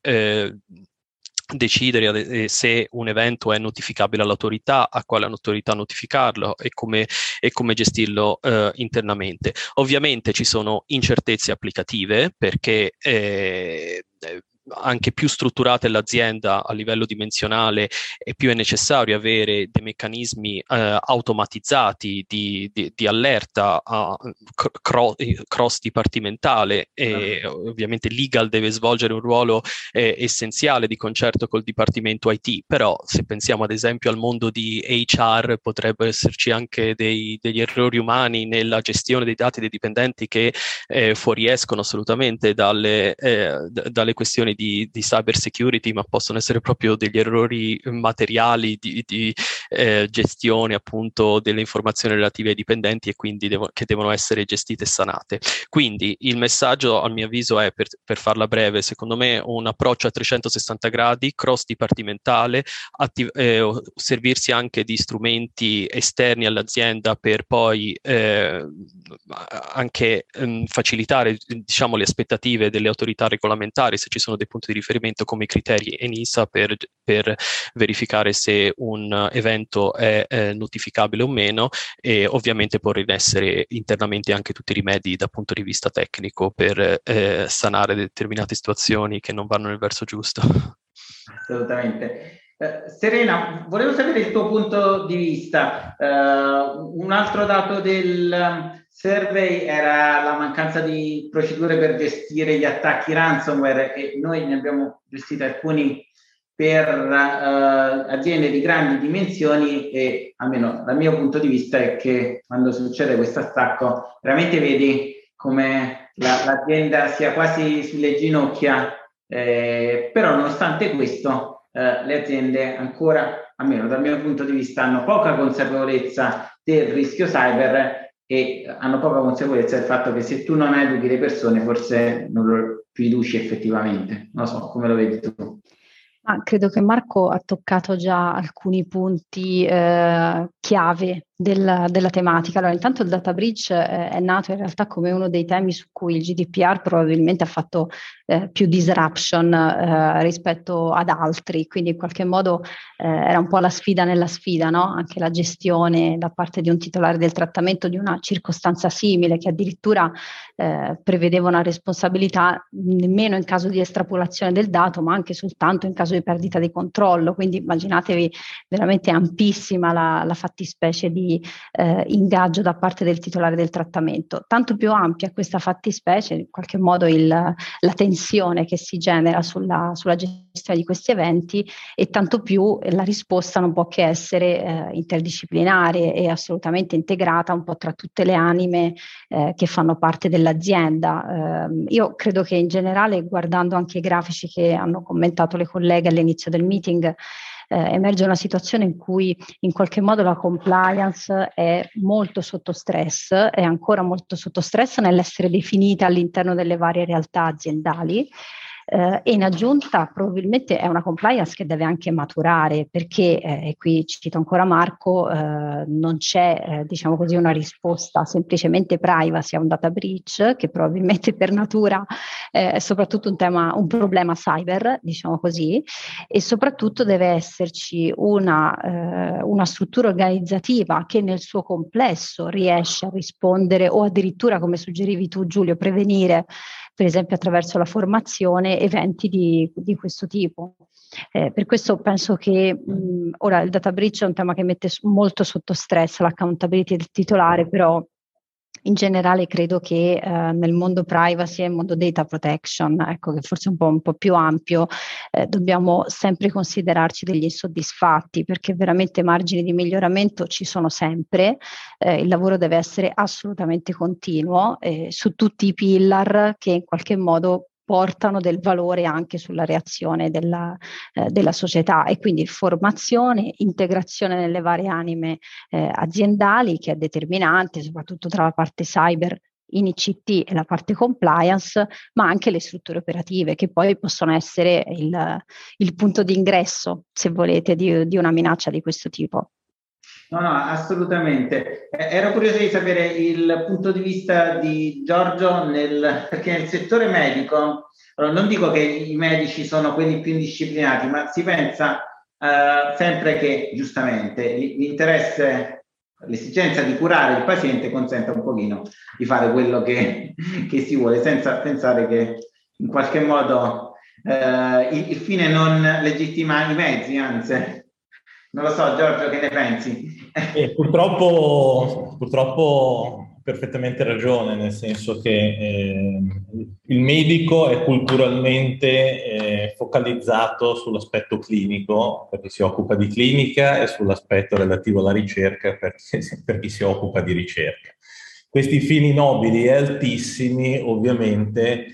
[SPEAKER 4] decidere se un evento è notificabile all'autorità, a quale autorità notificarlo e come gestirlo internamente. Ovviamente ci sono incertezze applicative, perché anche più strutturata è l'azienda a livello dimensionale e più è necessario avere dei meccanismi automatizzati di allerta cross dipartimentale, e ovviamente legal deve svolgere un ruolo essenziale di concerto col dipartimento IT. Però se pensiamo ad esempio al mondo di HR, potrebbero esserci anche degli errori umani nella gestione dei dati dei dipendenti che fuoriescono assolutamente dalle questioni di cyber security, ma possono essere proprio degli errori materiali di gestione appunto delle informazioni relative ai dipendenti, e quindi che devono essere gestite e sanate. Quindi il messaggio, a mio avviso, è, per farla breve, secondo me un approccio a 360 gradi, cross dipartimentale, servirsi anche di strumenti esterni all'azienda per poi anche facilitare, diciamo, le aspettative delle autorità regolamentari, se ci sono dei punti di riferimento come i criteri ENISA per verificare se un evento è notificabile o meno, e ovviamente porre in essere internamente anche tutti i rimedi dal punto di vista tecnico per sanare determinate situazioni che non vanno nel verso giusto.
[SPEAKER 1] Assolutamente. Serena, volevo sapere il tuo punto di vista. Un altro dato del survey era la mancanza di procedure per gestire gli attacchi ransomware, e noi ne abbiamo gestiti alcuni per aziende di grandi dimensioni, e almeno dal mio punto di vista è che quando succede questo attacco veramente vedi come l'azienda sia quasi sulle ginocchia, però nonostante questo le aziende ancora, almeno dal mio punto di vista, hanno poca consapevolezza del rischio cyber, e hanno poca consapevolezza del fatto che se tu non educhi le persone forse non lo fiduci effettivamente. Non so, come lo vedi tu?
[SPEAKER 5] Credo che Marco ha toccato già alcuni punti chiave della tematica. Allora, intanto il data breach è nato in realtà come uno dei temi su cui il GDPR probabilmente ha fatto più disruption rispetto ad altri, quindi in qualche modo era un po' la sfida nella sfida, no? Anche la gestione da parte di un titolare del trattamento di una circostanza simile, che addirittura prevedeva una responsabilità nemmeno in caso di estrapolazione del dato, ma anche soltanto in caso di perdita di controllo. Quindi immaginatevi veramente ampissima la fattispecie di ingaggio da parte del titolare del trattamento. Tanto più ampia questa fattispecie, in qualche modo la tensione che si genera sulla gestione di questi eventi, e tanto più la risposta non può che essere interdisciplinare e assolutamente integrata un po' tra tutte le anime che fanno parte dell'azienda. Io credo che in generale, guardando anche i grafici che hanno commentato le colleghe all'inizio del meeting, emerge una situazione in cui in qualche modo la compliance è molto sotto stress, è ancora molto sotto stress nell'essere definita all'interno delle varie realtà aziendali. E in aggiunta probabilmente è una compliance che deve anche maturare, perché, e qui cito ancora Marco, non c'è diciamo così una risposta semplicemente privacy a un data breach, che probabilmente per natura è soprattutto un problema cyber, diciamo così, e soprattutto deve esserci una struttura organizzativa che nel suo complesso riesce a rispondere, o addirittura, come suggerivi tu Giulio, prevenire, per esempio attraverso la formazione, eventi di questo tipo. Per questo penso che ora il data breach è un tema che mette molto sotto stress l'accountability del titolare, però in generale credo che nel mondo privacy e nel mondo data protection, ecco, che forse è un po' più ampio, dobbiamo sempre considerarci degli insoddisfatti, perché veramente margini di miglioramento ci sono sempre. Il lavoro deve essere assolutamente continuo su tutti i pillar che in qualche modo portano del valore anche sulla reazione della società, e quindi formazione, integrazione nelle varie anime aziendali, che è determinante soprattutto tra la parte cyber in ICT e la parte compliance, ma anche le strutture operative, che poi possono essere il punto di ingresso, se volete, di una minaccia di questo tipo.
[SPEAKER 1] No, assolutamente. Ero curioso di sapere il punto di vista di Giorgio, perché nel settore medico, non dico che i medici sono quelli più indisciplinati, ma si pensa sempre che giustamente l'interesse, l'esigenza di curare il paziente consenta un pochino di fare quello che si vuole, senza pensare che in qualche modo il fine non legittima i mezzi, anzi. Non lo so, Giorgio, che ne pensi?
[SPEAKER 6] Purtroppo perfettamente ragione, nel senso che il medico è culturalmente focalizzato sull'aspetto clinico, per chi si occupa di clinica, e sull'aspetto relativo alla ricerca, per chi si occupa di ricerca. Questi fini nobili e altissimi ovviamente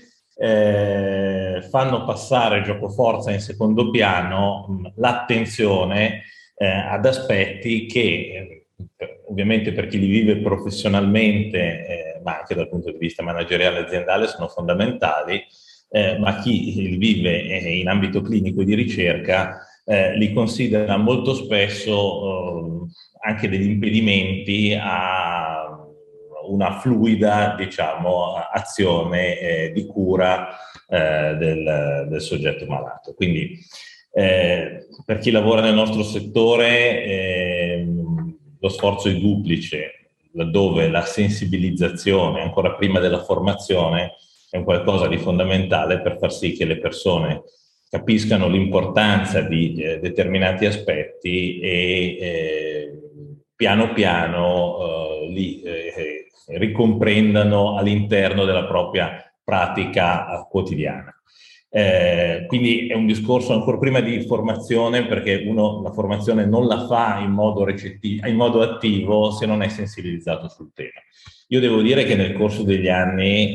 [SPEAKER 6] fanno passare giocoforza in secondo piano l'attenzione ad aspetti che ovviamente per chi li vive professionalmente, ma anche dal punto di vista manageriale aziendale, sono fondamentali, ma chi li vive in ambito clinico e di ricerca li considera molto spesso anche degli impedimenti a una fluida, diciamo, azione di cura del soggetto malato. Quindi per chi lavora nel nostro settore lo sforzo è duplice, laddove la sensibilizzazione, ancora prima della formazione, è un qualcosa di fondamentale per far sì che le persone capiscano l'importanza di determinati aspetti e piano piano li ricomprendano all'interno della propria pratica quotidiana. Quindi è un discorso ancora prima di formazione, perché uno la formazione non la fa in modo attivo se non è sensibilizzato sul tema. Io devo dire che nel corso degli anni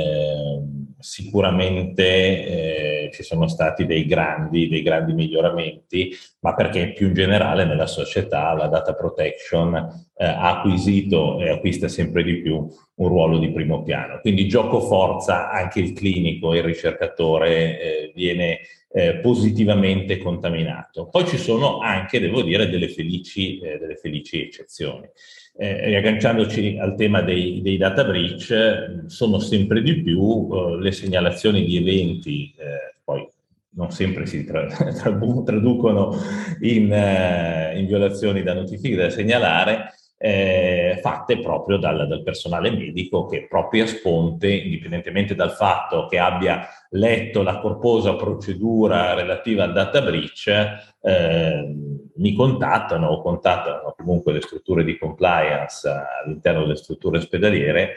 [SPEAKER 6] sicuramente ci sono stati dei grandi miglioramenti, ma perché più in generale nella società la data protection ha acquisito e acquista sempre di più un ruolo di primo piano. Quindi gioco forza, anche il clinico, il ricercatore viene positivamente contaminato. Poi ci sono anche, devo dire, delle felici eccezioni. Riagganciandoci al tema dei data breach, sono sempre di più le segnalazioni di eventi, poi non sempre si traducono in violazioni da notifiche da segnalare, fatte proprio dal personale medico, che proprio a sponte, indipendentemente dal fatto che abbia letto la corposa procedura relativa al data breach, mi contattano o contattano comunque le strutture di compliance all'interno delle strutture ospedaliere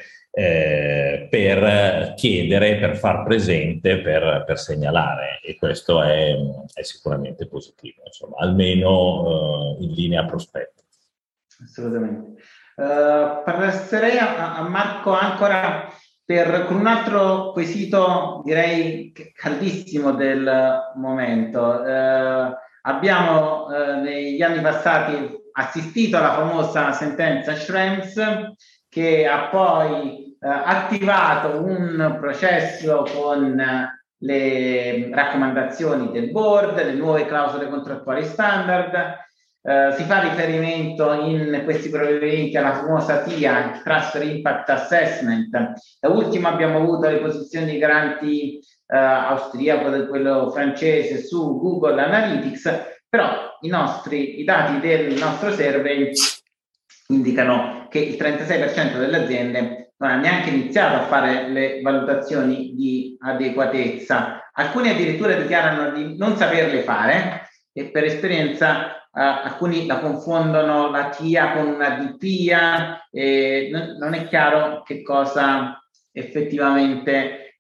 [SPEAKER 6] per chiedere, per far presente, per segnalare, e questo è sicuramente positivo, insomma, almeno in linea prospettiva.
[SPEAKER 1] Assolutamente. Passerei a Marco ancora con un altro quesito, direi caldissimo del momento. Abbiamo negli anni passati assistito alla famosa sentenza Schrems, che ha poi attivato un processo con le raccomandazioni del board, le nuove clausole contrattuali standard. Si fa riferimento in questi provvedimenti alla famosa TIA, Transfer Impact Assessment. Da ultimo abbiamo avuto le posizioni garanti austriaco e quello francese su Google Analytics, però i dati del nostro survey indicano che il 36% delle aziende non ha neanche iniziato a fare le valutazioni di adeguatezza. Alcuni addirittura dichiarano di non saperle fare, e per esperienza alcuni la confondono la TIA con una DPIA, e non è chiaro che cosa effettivamente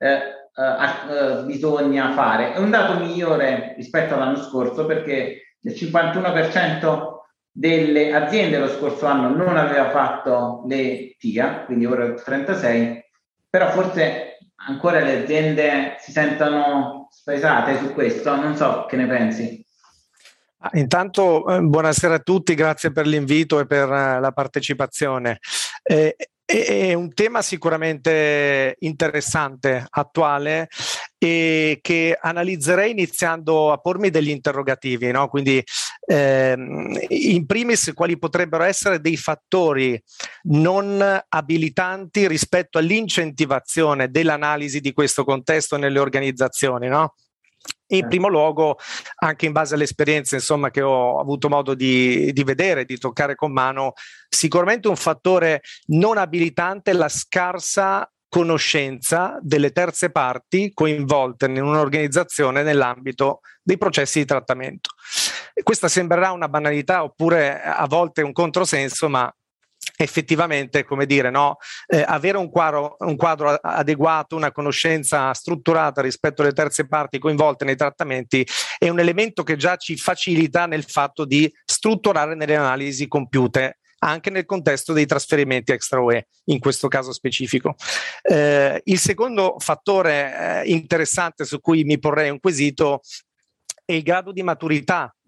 [SPEAKER 1] bisogna fare. È un dato migliore rispetto all'anno scorso, perché il 51% delle aziende lo scorso anno non aveva fatto le TIA, quindi ora il 36%, però forse ancora le aziende si sentono spesate su questo. Non so che ne pensi.
[SPEAKER 7] Intanto buonasera a tutti, grazie per l'invito e per la partecipazione. È un tema sicuramente interessante, attuale, e che analizzerei iniziando a pormi degli interrogativi, no? Quindi in primis quali potrebbero essere dei fattori non abilitanti rispetto all'incentivazione dell'analisi di questo contesto nelle organizzazioni, no? In primo luogo, anche in base alle esperienze insomma che ho avuto modo di vedere, di toccare con mano, sicuramente un fattore non abilitante è la scarsa conoscenza delle terze parti coinvolte in un'organizzazione nell'ambito dei processi di trattamento. Questa sembrerà una banalità oppure a volte un controsenso, ma effettivamente, come dire, no? Avere un quadro adeguato, una conoscenza strutturata rispetto alle terze parti coinvolte nei trattamenti è un elemento che già ci facilita nel fatto di strutturare nelle analisi compiute anche nel contesto dei trasferimenti extra UE, in questo caso specifico. Il secondo fattore interessante su cui mi porrei un quesito è il grado di maturità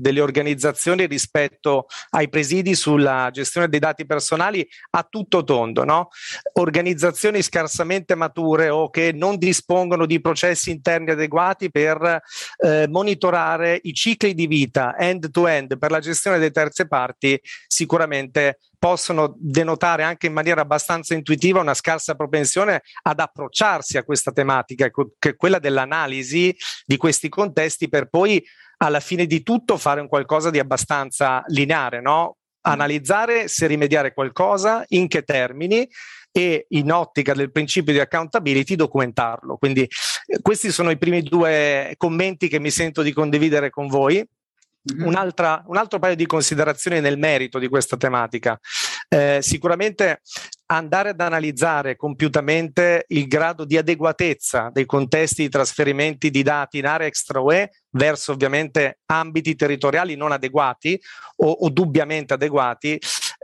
[SPEAKER 7] delle organizzazioni rispetto ai presidi sulla gestione dei dati personali a tutto tondo, no? Organizzazioni scarsamente mature o che non dispongono di processi interni adeguati per monitorare i cicli di vita end-to-end per la gestione delle terze parti sicuramente possono denotare anche in maniera abbastanza intuitiva una scarsa propensione ad approcciarsi a questa tematica, che è quella dell'analisi di questi contesti per poi alla fine di tutto fare un qualcosa di abbastanza lineare, no? Analizzare se rimediare qualcosa, in che termini e in ottica del principio di accountability documentarlo. Quindi questi sono i primi due commenti che mi sento di condividere con voi. Un altro paio di considerazioni nel merito di questa tematica. Sicuramente andare ad analizzare compiutamente il grado di adeguatezza dei contesti di trasferimenti di dati in area extra UE verso ovviamente ambiti territoriali non adeguati o dubbiamente adeguati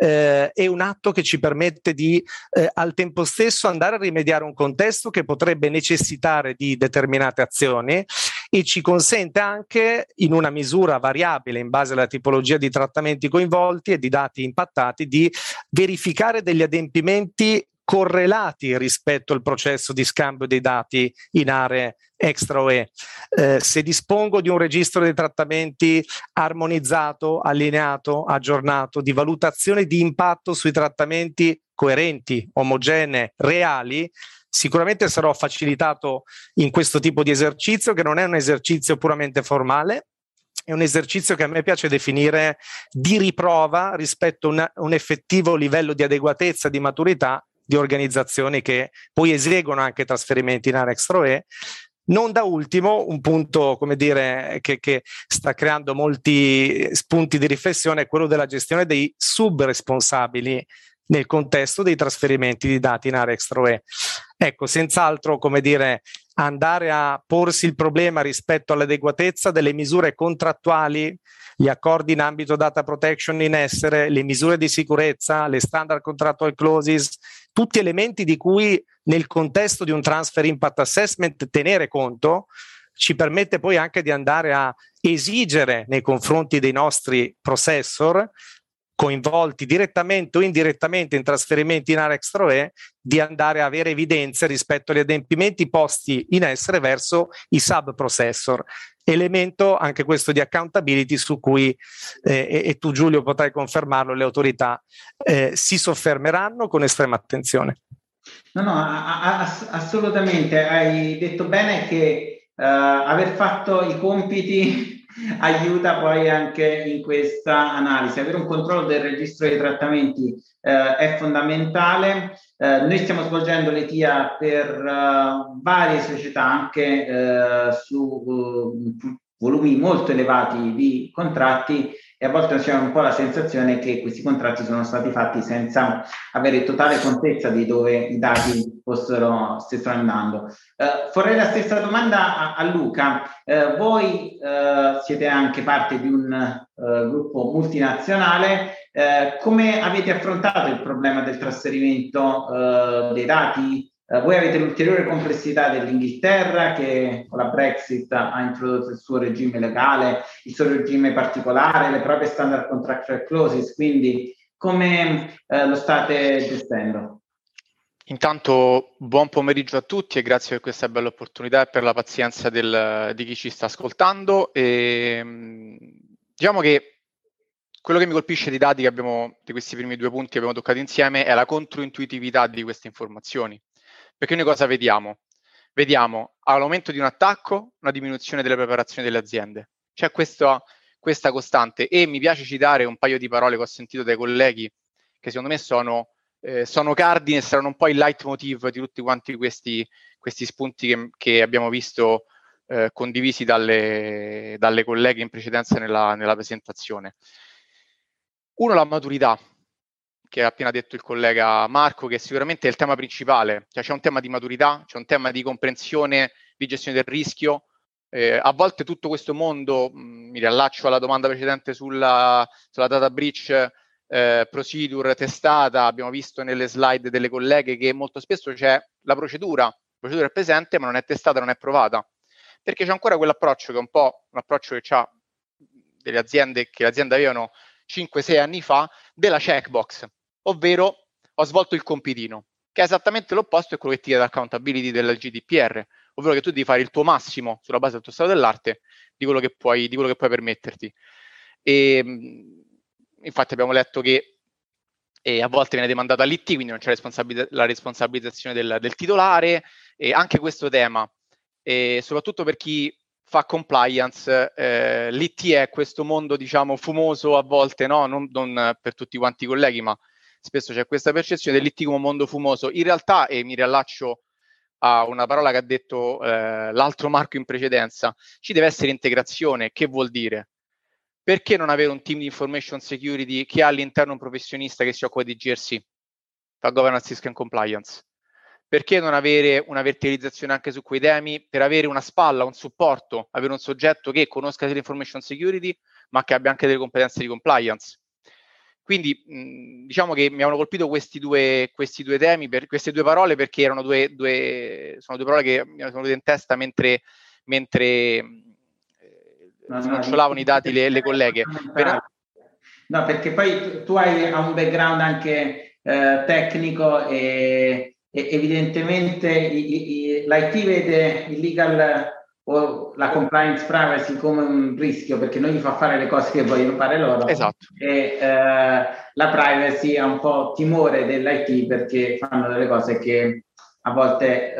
[SPEAKER 7] è un atto che ci permette di al tempo stesso andare a rimediare un contesto che potrebbe necessitare di determinate azioni e ci consente anche in una misura variabile in base alla tipologia di trattamenti coinvolti e di dati impattati di verificare degli adempimenti correlati rispetto al processo di scambio dei dati in aree extra UE. Se dispongo di un registro dei trattamenti armonizzato, allineato, aggiornato, di valutazione di impatto sui trattamenti coerenti, omogenei, reali, sicuramente sarò facilitato in questo tipo di esercizio, che non è un esercizio puramente formale, è un esercizio che a me piace definire di riprova rispetto a un effettivo livello di adeguatezza, di maturità di organizzazioni che poi eseguono anche trasferimenti in area extra UE. Non da ultimo, un punto, come dire, che sta creando molti spunti di riflessione è quello della gestione dei subresponsabili nel contesto dei trasferimenti di dati in area extra UE. Ecco, senz'altro, come dire, andare a porsi il problema rispetto all'adeguatezza delle misure contrattuali, gli accordi in ambito data protection in essere, le misure di sicurezza, le standard contractual clauses, tutti elementi di cui nel contesto di un transfer impact assessment tenere conto, ci permette poi anche di andare a esigere nei confronti dei nostri processor coinvolti direttamente o indirettamente in trasferimenti in area extra UE, di andare a avere evidenze rispetto agli adempimenti posti in essere verso i sub-processor. Elemento anche questo di accountability su cui, e tu Giulio potrai confermarlo, le autorità si soffermeranno con estrema attenzione.
[SPEAKER 1] No, assolutamente. Hai detto bene che aver fatto i compiti aiuta poi anche in questa analisi. Avere un controllo del registro dei trattamenti è fondamentale. Noi stiamo svolgendo l'ETIA per varie società, anche su volumi molto elevati di contratti, e a volte c'è un po' la sensazione che questi contratti sono stati fatti senza avere totale contezza di dove i dati stessero andando. Vorrei la stessa domanda a Luca. Voi siete anche parte di un gruppo multinazionale. Come avete affrontato il problema del trasferimento dei dati? Voi avete l'ulteriore complessità dell'Inghilterra, che con la Brexit ha introdotto il suo regime legale, il suo regime particolare, le proprie standard contractual clauses, quindi come lo state gestendo?
[SPEAKER 8] Intanto buon pomeriggio a tutti e grazie per questa bella opportunità e per la pazienza di chi ci sta ascoltando. Diciamo che quello che mi colpisce dei dati di questi primi due punti che abbiamo toccato insieme è la controintuitività di queste informazioni. Perché noi cosa vediamo? Vediamo all'aumento di un attacco una diminuzione delle preparazioni delle aziende. C'è questa costante, e mi piace citare un paio di parole che ho sentito dai colleghi che secondo me sono cardine e saranno un po' il leitmotiv di tutti quanti questi spunti che abbiamo visto condivisi dalle colleghe in precedenza nella presentazione. Uno, la maturità, che ha appena detto il collega Marco, che sicuramente è il tema principale. Cioè, c'è un tema di maturità, c'è un tema di comprensione, di gestione del rischio. A volte tutto questo mondo, mi riallaccio alla domanda precedente sulla data breach procedure testata, abbiamo visto nelle slide delle colleghe che molto spesso c'è la procedura è presente ma non è testata, non è provata, perché c'è ancora quell'approccio che è un po' un approccio che ha delle aziende che le aziende avevano 5-6 anni fa, della checkbox, ovvero ho svolto il compitino, che è esattamente l'opposto di quello che ti chiede l'accountability del GDPR, ovvero che tu devi fare il tuo massimo sulla base del tuo stato dell'arte di quello che puoi permetterti. E infatti abbiamo letto che a volte viene demandato all'IT, quindi non c'è la responsabilizzazione del titolare, e anche questo tema, soprattutto per chi fa compliance, l'IT è questo mondo, diciamo, fumoso a volte, no? Non per tutti quanti i colleghi, ma spesso c'è questa percezione dell'IT come un mondo fumoso. In realtà, e mi riallaccio a una parola che ha detto l'altro Marco in precedenza, ci deve essere integrazione. Che vuol dire? Perché non avere un team di information security che ha all'interno un professionista che si occupa di GRC, fa governance risk and compliance? Perché non avere una verticalizzazione anche su quei temi per avere una spalla, un supporto, avere un soggetto che conosca l'information security ma che abbia anche delle competenze di compliance? Quindi diciamo che mi avevano colpito questi due temi, queste due parole, perché erano sono due parole che mi sono venute in testa mentre snocciolavano i dati le colleghe.
[SPEAKER 1] No, perché poi tu hai un background anche tecnico e evidentemente l'IT vede il legal o la compliance privacy come un rischio, perché non gli fa fare le cose che vogliono fare loro.
[SPEAKER 8] Esatto.
[SPEAKER 1] E la privacy ha un po' timore dell'IT perché fanno delle cose che a volte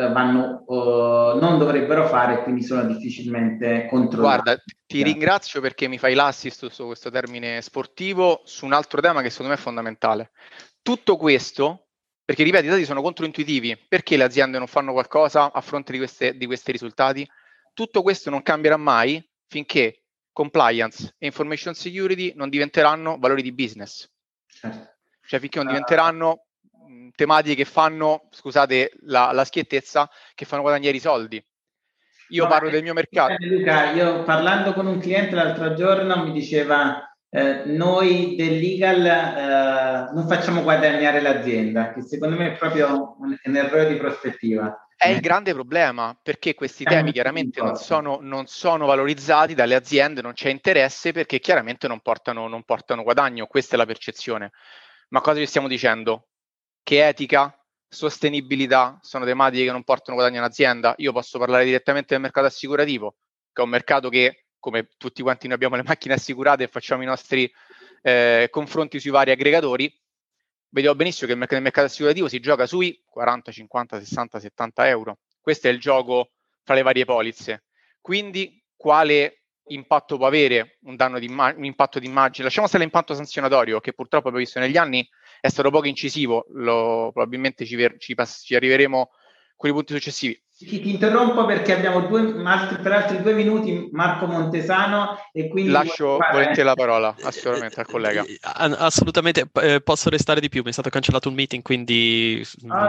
[SPEAKER 1] non dovrebbero fare, quindi sono difficilmente controllate.
[SPEAKER 8] Guarda, ti ringrazio perché mi fai l'assist su questo termine sportivo su un altro tema che secondo me è fondamentale. Tutto questo, perché ripeto, i dati sono controintuitivi, perché le aziende non fanno qualcosa a fronte di questi risultati? Tutto questo non cambierà mai finché compliance e information security non diventeranno valori di business. Cioè finché non diventeranno tematiche che fanno, scusate la schiettezza, che fanno guadagnare i soldi. Io parlo del mio mercato.
[SPEAKER 1] Luca, io parlando con un cliente l'altro giorno mi diceva noi del legal non facciamo guadagnare l'azienda, che secondo me è proprio un errore di prospettiva.
[SPEAKER 8] È il grande problema, perché questi temi chiaramente non sono valorizzati dalle aziende, non c'è interesse perché chiaramente non portano guadagno, questa è la percezione. Ma cosa ci stiamo dicendo? Che etica, sostenibilità sono tematiche che non portano guadagno all'azienda? Io posso parlare direttamente del mercato assicurativo, che è un mercato che, come tutti quanti noi abbiamo le macchine assicurate e facciamo i nostri confronti sui vari aggregatori, vediamo benissimo che nel mercato assicurativo si gioca sui 40, 50, 60, 70 euro. Questo è il gioco fra le varie polizze. Quindi quale impatto può avere un impatto di immagine? Lasciamo stare l'impatto sanzionatorio, che purtroppo abbiamo visto negli anni è stato poco incisivo, probabilmente ci arriveremo con i punti successivi.
[SPEAKER 1] Ti interrompo perché abbiamo per altri 2 minuti Marco Montesano e quindi
[SPEAKER 8] lascio volentieri la parola assolutamente al collega.
[SPEAKER 4] Assolutamente, posso restare di più, mi è stato cancellato un meeting, quindi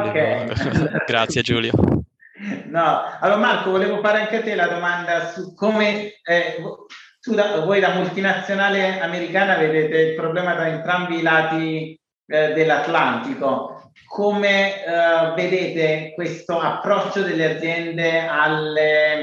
[SPEAKER 4] grazie Giulio.
[SPEAKER 1] No, allora Marco, volevo fare anche a te la domanda su come voi da multinazionale americana vedete il problema da entrambi i lati dell'Atlantico. Come vedete questo approccio delle aziende al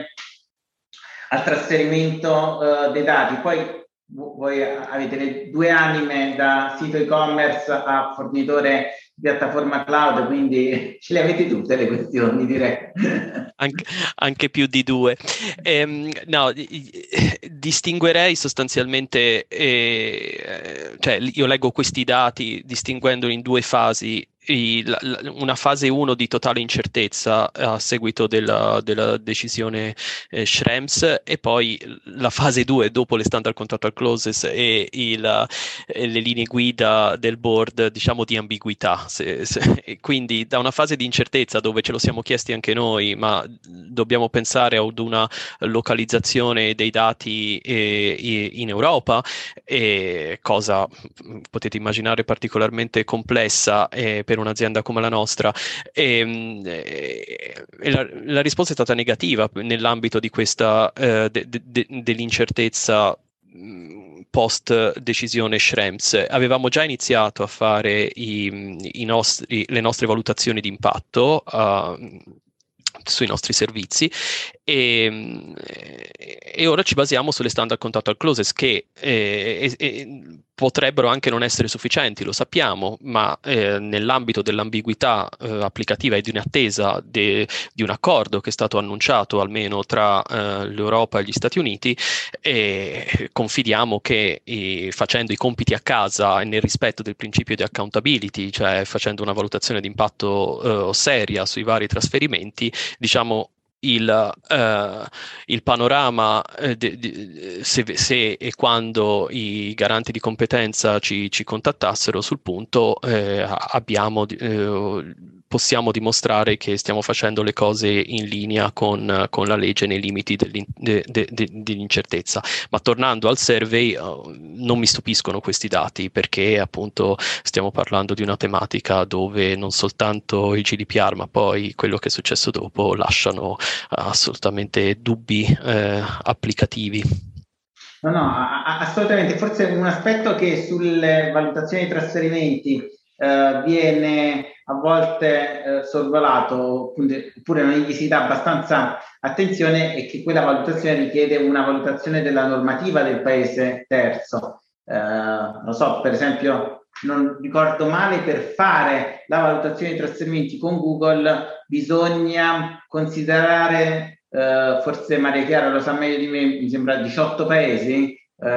[SPEAKER 1] trasferimento dei dati? Poi voi avete le 2 anime da sito e-commerce a fornitore di piattaforma cloud, quindi ce le avete tutte le questioni, direi.
[SPEAKER 4] Anche più di 2. No, distinguerei sostanzialmente, cioè io leggo questi dati distinguendo in 2 fasi. Una fase 1 di totale incertezza a seguito della decisione Schrems, e poi la fase 2 dopo le standard contractual clauses e le linee guida del board, diciamo, di ambiguità. Quindi da una fase di incertezza dove ce lo siamo chiesti anche noi, ma dobbiamo pensare ad una localizzazione dei dati in Europa, cosa potete immaginare particolarmente complessa per un'azienda come la nostra, e la risposta è stata negativa nell'ambito di questa dell'incertezza post decisione Schrems. Avevamo già iniziato a fare le nostre valutazioni di impatto sui nostri servizi, e ora ci basiamo sulle standard contractual clauses che potrebbero anche non essere sufficienti, lo sappiamo, ma nell'ambito dell'ambiguità applicativa e di un'attesa di un accordo che è stato annunciato almeno tra l'Europa e gli Stati Uniti, confidiamo che facendo i compiti a casa e nel rispetto del principio di accountability, cioè facendo una valutazione di impatto seria sui vari trasferimenti, diciamo, il panorama se e quando i garanti di competenza ci contattassero sul punto, possiamo dimostrare che stiamo facendo le cose in linea con la legge nei limiti dell'incertezza. Ma tornando al survey, non mi stupiscono questi dati, perché appunto stiamo parlando di una tematica dove non soltanto il GDPR, ma poi quello che è successo dopo lasciano assolutamente dubbi applicativi.
[SPEAKER 1] No, assolutamente. Forse un aspetto che sulle valutazioni di trasferimenti viene a volte sorvolato, oppure non gli si dà abbastanza attenzione, è che quella valutazione richiede una valutazione della normativa del paese terzo. Non so, per esempio, non ricordo male, per fare la valutazione di trasferimenti con Google bisogna considerare, forse Maria Chiara lo sa meglio di me, mi sembra 18 paesi,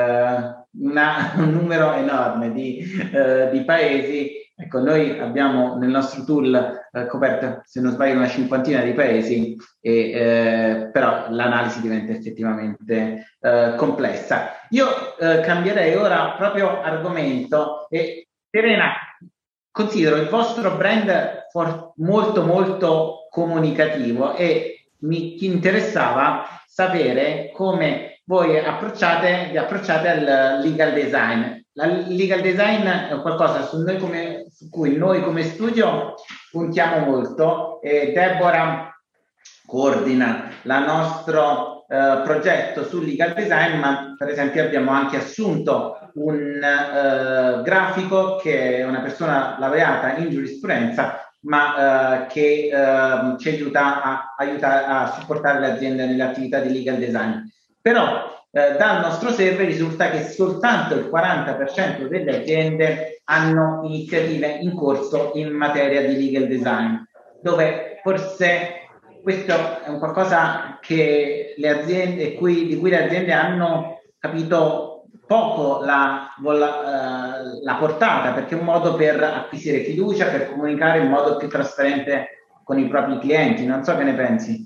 [SPEAKER 1] un numero enorme di paesi. Ecco, noi abbiamo nel nostro tool coperto, se non sbaglio, una cinquantina di paesi, però l'analisi diventa effettivamente complessa. Io cambierei ora proprio argomento e, Serena, considero il vostro brand molto molto comunicativo e mi interessava sapere come voi vi approcciate al legal design. Il legal design è qualcosa su cui noi come studio puntiamo molto, e Deborah coordina il nostro progetto sul legal design, ma per esempio abbiamo anche assunto un grafico che è una persona laureata in giurisprudenza, ma che ci aiuta a supportare le aziende nelle attività di legal design. Però dal nostro survey risulta che soltanto il 40% delle aziende hanno iniziative in corso in materia di legal design, dove forse questo è un qualcosa che le aziende, di cui le aziende hanno capito poco la portata, perché è un modo per acquisire fiducia, per comunicare in modo più trasparente con i propri clienti. Non so che ne pensi.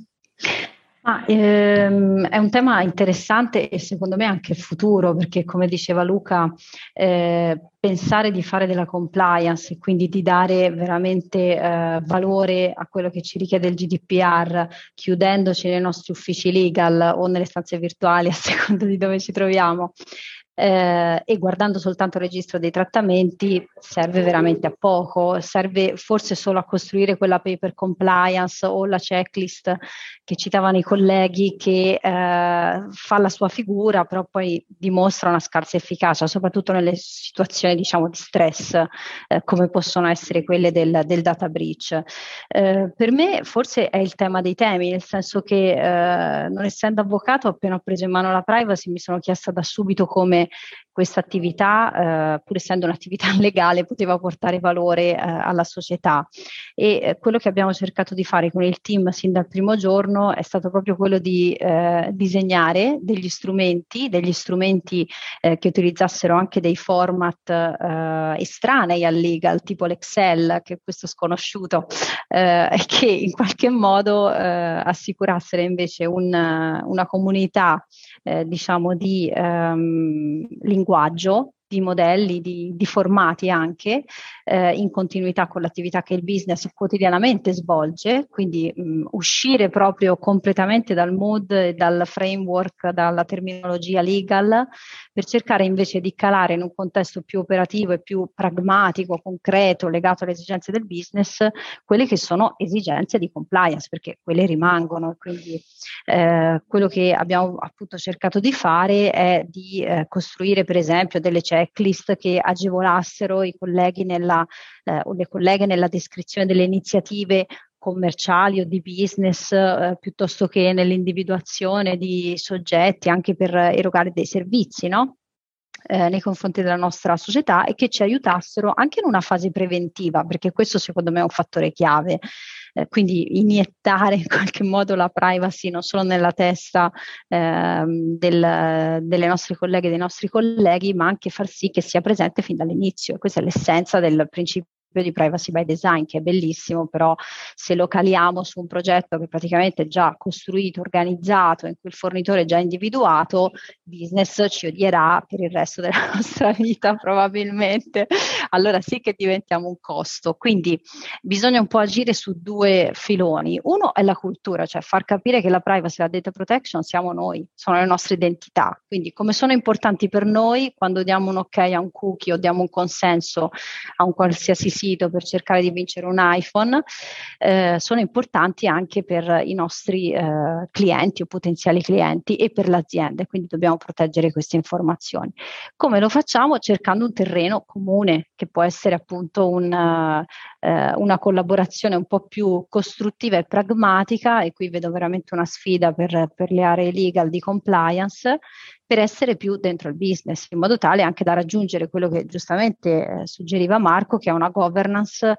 [SPEAKER 5] È un tema interessante e secondo me anche futuro, perché come diceva Luca, pensare di fare della compliance e quindi di dare veramente valore a quello che ci richiede il GDPR, chiudendoci nei nostri uffici legal o nelle stanze virtuali a seconda di dove ci troviamo, e guardando soltanto il registro dei trattamenti serve veramente a poco, serve forse solo a costruire quella paper compliance o la checklist che citavano i colleghi, che fa la sua figura, però poi dimostra una scarsa efficacia, soprattutto nelle situazioni, diciamo, di stress, come possono essere quelle del data breach. Per me forse è il tema dei temi, nel senso che non essendo avvocato, appena ho preso in mano la privacy mi sono chiesta da subito come questa attività, pur essendo un'attività legale, poteva portare valore alla società. E quello che abbiamo cercato di fare con il team sin dal primo giorno è stato proprio quello di disegnare degli strumenti che utilizzassero anche dei format estranei al legal, tipo l'Excel, che è questo sconosciuto, e che in qualche modo assicurassero invece una comunità diciamo di linguaggio, di modelli, di formati anche, in continuità con l'attività che il business quotidianamente svolge, quindi uscire proprio completamente dal mood e dal framework, dalla terminologia legal, per cercare invece di calare in un contesto più operativo e più pragmatico, concreto, legato alle esigenze del business, quelle che sono esigenze di compliance, perché quelle rimangono. Quindi quello che abbiamo appunto cercato di fare è di costruire per esempio delle checklist che agevolassero i colleghi o le colleghe nella descrizione delle iniziative commerciali o di business piuttosto che nell'individuazione di soggetti anche per erogare dei servizi, no? Nei confronti della nostra società, e che ci aiutassero anche in una fase preventiva, perché questo secondo me è un fattore chiave. Quindi iniettare in qualche modo la privacy non solo nella testa delle nostre colleghe e dei nostri colleghi, ma anche far sì che sia presente fin dall'inizio. Questa è l'essenza del principio di privacy by design, che è bellissimo, però se lo caliamo su un progetto che praticamente è già costruito, organizzato, in cui il fornitore è già individuato, il business ci odierà per il resto della nostra vita probabilmente. Allora sì che diventiamo un costo. Quindi bisogna un po' agire su due filoni. Uno è la cultura, cioè far capire che la privacy e la data protection siamo noi, sono le nostre identità. Quindi come sono importanti per noi quando diamo un ok a un cookie o diamo un consenso a un qualsiasi sito per cercare di vincere un iPhone, sono importanti anche per i nostri clienti o potenziali clienti e per l'azienda, quindi dobbiamo proteggere queste informazioni. Come lo facciamo? Cercando un terreno comune, che può essere appunto una collaborazione un po' più costruttiva e pragmatica, e qui vedo veramente una sfida per le aree legal di compliance, per essere più dentro il business, in modo tale anche da raggiungere quello che giustamente suggeriva Marco, che è una governance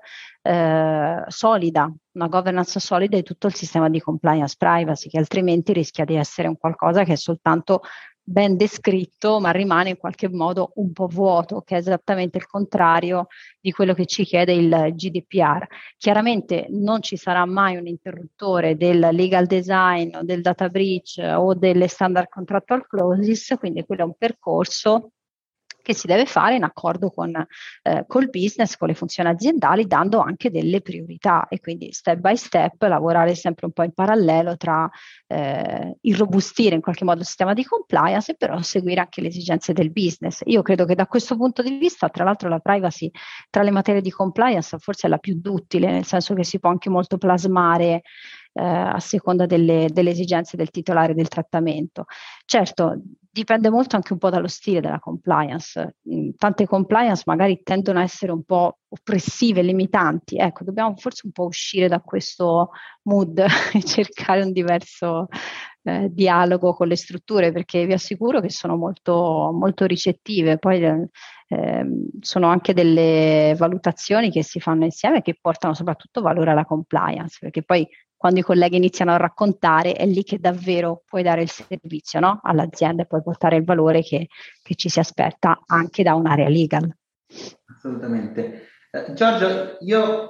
[SPEAKER 5] solida di tutto il sistema di compliance privacy, che altrimenti rischia di essere un qualcosa che è soltanto ben descritto, ma rimane in qualche modo un po' vuoto, che è esattamente il contrario di quello che ci chiede il GDPR. Chiaramente non ci sarà mai un interruttore del legal design o del data breach o delle standard contractual clauses, quindi quello è un percorso che si deve fare in accordo col business, con le funzioni aziendali, dando anche delle priorità, e quindi step by step lavorare sempre un po' in parallelo tra irrobustire in qualche modo il sistema di compliance e però seguire anche le esigenze del business. Io credo che da questo punto di vista, tra l'altro, la privacy tra le materie di compliance forse è la più duttile, nel senso che si può anche molto plasmare a seconda delle esigenze del titolare del trattamento. Certo, dipende molto anche un po' dallo stile della compliance. Tante compliance magari tendono a essere un po' oppressive, limitanti. Ecco, dobbiamo forse un po' uscire da questo mood e cercare un diverso dialogo con le strutture, perché vi assicuro che sono molto, molto ricettive. Poi sono anche delle valutazioni che si fanno insieme, che portano soprattutto valore alla compliance, perché poi quando i colleghi iniziano a raccontare è lì che davvero puoi dare il servizio, no? All'azienda, e puoi portare il valore che ci si aspetta anche da un'area legal.
[SPEAKER 1] Assolutamente. Giorgio, io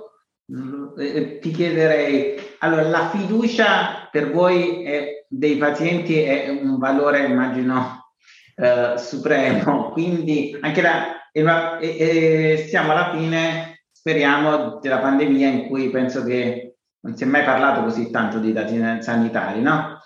[SPEAKER 1] ti chiederei, allora, la fiducia per voi dei pazienti è un valore, immagino, supremo, quindi anche siamo alla fine, speriamo, della pandemia, in cui penso che non si è mai parlato così tanto di dati sanitari, no?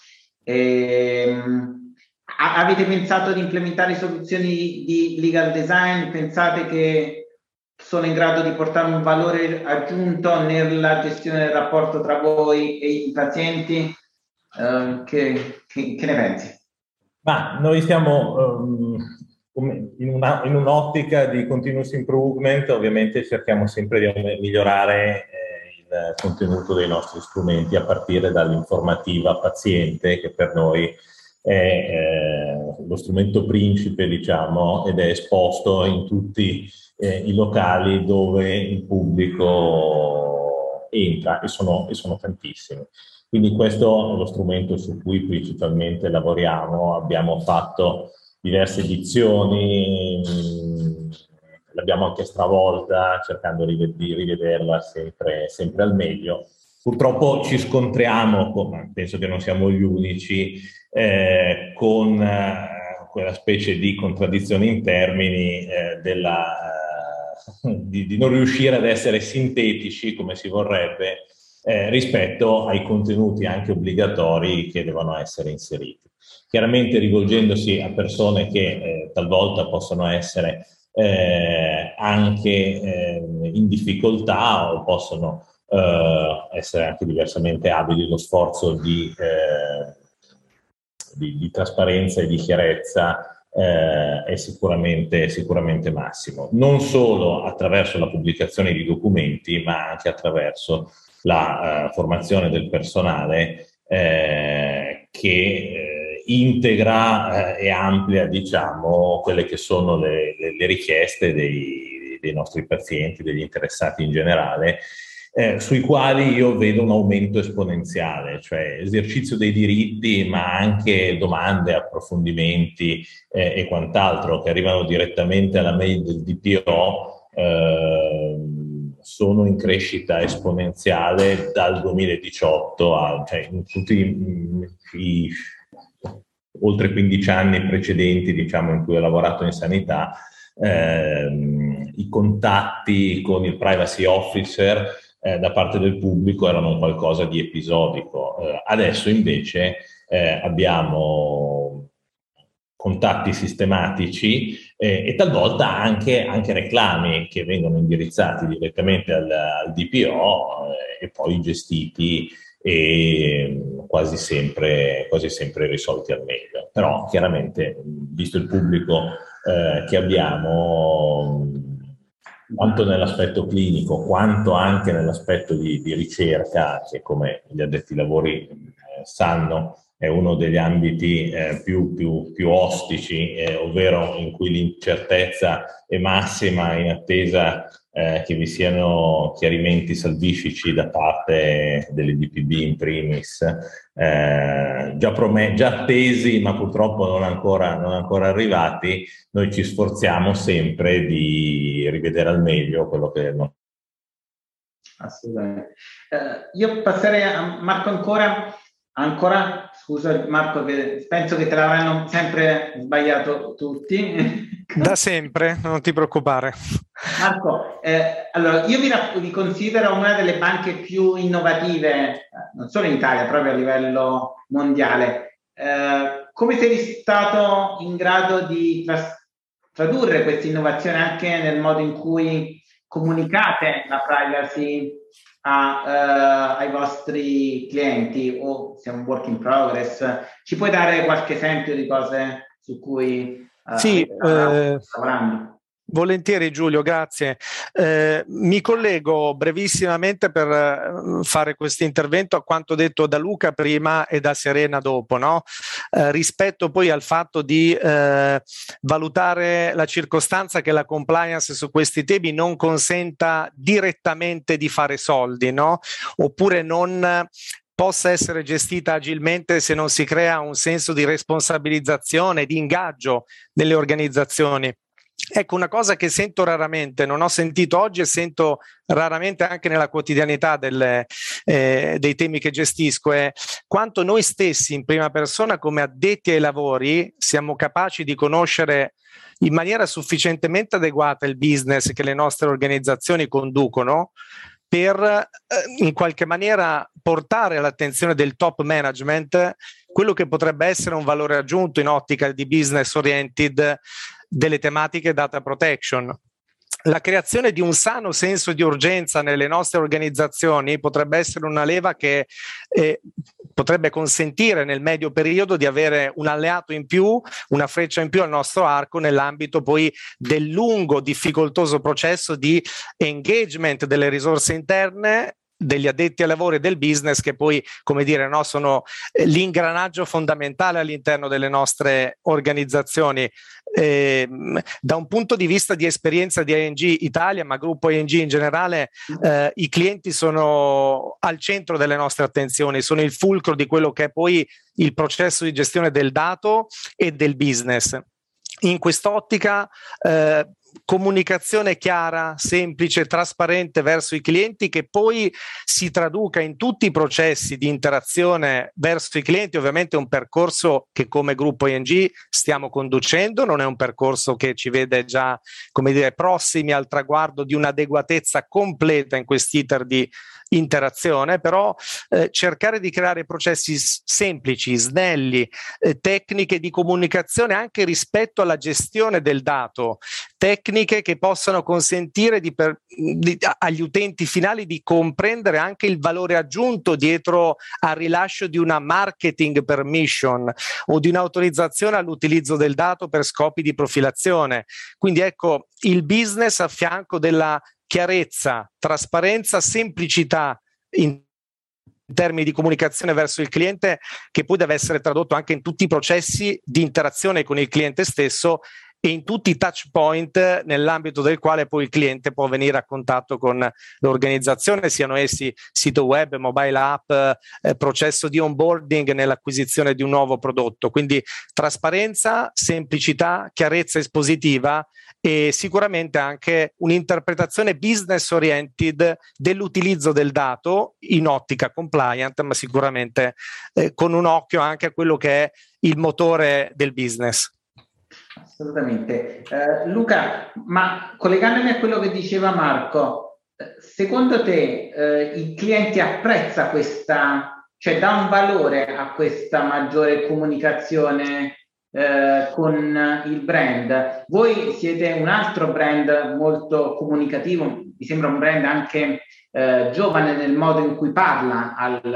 [SPEAKER 1] Avete pensato di implementare soluzioni di legal design? Pensate che sono in grado di portare un valore aggiunto nella gestione del rapporto tra voi e i pazienti? Che ne pensi?
[SPEAKER 6] Ma noi siamo in un'ottica di continuous improvement, ovviamente cerchiamo sempre di migliorare il contenuto dei nostri strumenti, a partire dall'informativa paziente, che per noi è lo strumento principe, diciamo, ed è esposto in tutti i locali dove il pubblico entra, e sono tantissimi. Quindi questo è lo strumento su cui principalmente lavoriamo. Abbiamo fatto diverse edizioni, l'abbiamo anche stravolta cercando di rivederla sempre al meglio. Purtroppo ci scontriamo, penso che non siamo gli unici, con quella specie di contraddizione in termini di non riuscire ad essere sintetici come si vorrebbe rispetto ai contenuti anche obbligatori che devono essere inseriti. Chiaramente rivolgendosi a persone che talvolta possono essere anche in difficoltà, o possono essere anche diversamente abili. Lo sforzo di trasparenza e di chiarezza è sicuramente massimo, non solo attraverso la pubblicazione di documenti, ma anche attraverso la formazione del personale che integra e amplia, diciamo, quelle che sono le richieste dei nostri pazienti, degli interessati in generale, sui quali io vedo un aumento esponenziale, cioè esercizio dei diritti, ma anche domande, approfondimenti e quant'altro che arrivano direttamente alla mail del DPO, sono in crescita esponenziale dal 2018 cioè in tutti i oltre 15 anni precedenti, diciamo, in cui ho lavorato in sanità. I contatti con il privacy officer da parte del pubblico erano qualcosa di episodico. Adesso invece abbiamo contatti sistematici e talvolta anche reclami che vengono indirizzati direttamente al DPO e poi gestiti e quasi sempre risolti al meglio. Però chiaramente, visto il pubblico che abbiamo, quanto nell'aspetto clinico, quanto anche nell'aspetto di ricerca, che come gli addetti ai lavori sanno è uno degli ambiti più ostici, ovvero in cui l'incertezza è massima in attesa che vi siano chiarimenti salvifici da parte delle DPB in primis, già attesi ma purtroppo non ancora arrivati. Noi ci sforziamo sempre di rivedere al meglio quello che è il nostro.
[SPEAKER 1] Assolutamente. Io passerei a Marco ancora, scusa Marco, che penso che te l'avranno sempre sbagliato tutti.
[SPEAKER 7] Da sempre, non ti preoccupare.
[SPEAKER 1] Marco, allora io vi considero una delle banche più innovative, non solo in Italia, proprio a livello mondiale. Come sei stato in grado di tradurre questa innovazione anche nel modo in cui comunicate la privacy ai vostri clienti, o se è un work in progress? Ci puoi dare qualche esempio di cose su cui
[SPEAKER 7] sì,
[SPEAKER 1] lavorando?
[SPEAKER 7] Volentieri Giulio, grazie. Mi collego brevissimamente per fare questo intervento a quanto detto da Luca prima e da Serena dopo, no? Rispetto poi al fatto di valutare la circostanza che la compliance su questi temi non consenta direttamente di fare soldi, no? Oppure non possa essere gestita agilmente se non si crea un senso di responsabilizzazione, di ingaggio nelle organizzazioni. Ecco, una cosa che sento raramente, non ho sentito oggi e sento raramente anche nella quotidianità dei temi che gestisco, è quanto noi stessi in prima persona come addetti ai lavori siamo capaci di conoscere in maniera sufficientemente adeguata il business che le nostre organizzazioni conducono per in qualche maniera portare all'attenzione del top management quello che potrebbe essere un valore aggiunto in ottica di business oriented delle tematiche data protection. La creazione di un sano senso di urgenza nelle nostre organizzazioni potrebbe essere una leva che potrebbe consentire nel medio periodo di avere un alleato in più, una freccia in più al nostro arco nell'ambito poi del lungo, difficoltoso processo di engagement delle risorse interne, degli addetti ai lavori e del business, che poi, come dire, no, sono l'ingranaggio fondamentale all'interno delle nostre organizzazioni. Da un punto di vista di esperienza di ING Italia, ma gruppo ING in generale, i clienti sono al centro delle nostre attenzioni, sono il fulcro di quello che è poi il processo di gestione del dato e del business. In quest'ottica comunicazione chiara, semplice, trasparente verso i clienti, che poi si traduca in tutti i processi di interazione verso i clienti. Ovviamente è un percorso che come gruppo ING stiamo conducendo, non è un percorso che ci vede già, come dire, prossimi al traguardo di un'adeguatezza completa in quest'iter di interazione, però cercare di creare processi semplici, snelli, tecniche di comunicazione anche rispetto alla gestione del dato, tecniche che possano consentire agli utenti finali di comprendere anche il valore aggiunto dietro al rilascio di una marketing permission o di un'autorizzazione all'utilizzo del dato per scopi di profilazione. Quindi ecco, il business a fianco della chiarezza, trasparenza, semplicità in termini di comunicazione verso il cliente, che poi deve essere tradotto anche in tutti i processi di interazione con il cliente stesso e in tutti i touch point nell'ambito del quale poi il cliente può venire a contatto con l'organizzazione, siano essi sito web, mobile app, processo di onboarding nell'acquisizione di un nuovo prodotto. Quindi trasparenza, semplicità, chiarezza espositiva e sicuramente anche un'interpretazione business oriented dell'utilizzo del dato in ottica compliant, ma sicuramente con un occhio anche a quello che è il motore del business.
[SPEAKER 1] Assolutamente. Luca, ma collegandomi a quello che diceva Marco, secondo te i clienti apprezza questa, cioè dà un valore a questa maggiore comunicazione con il brand? Voi siete un altro brand molto comunicativo, mi sembra un brand anche giovane nel modo in cui parla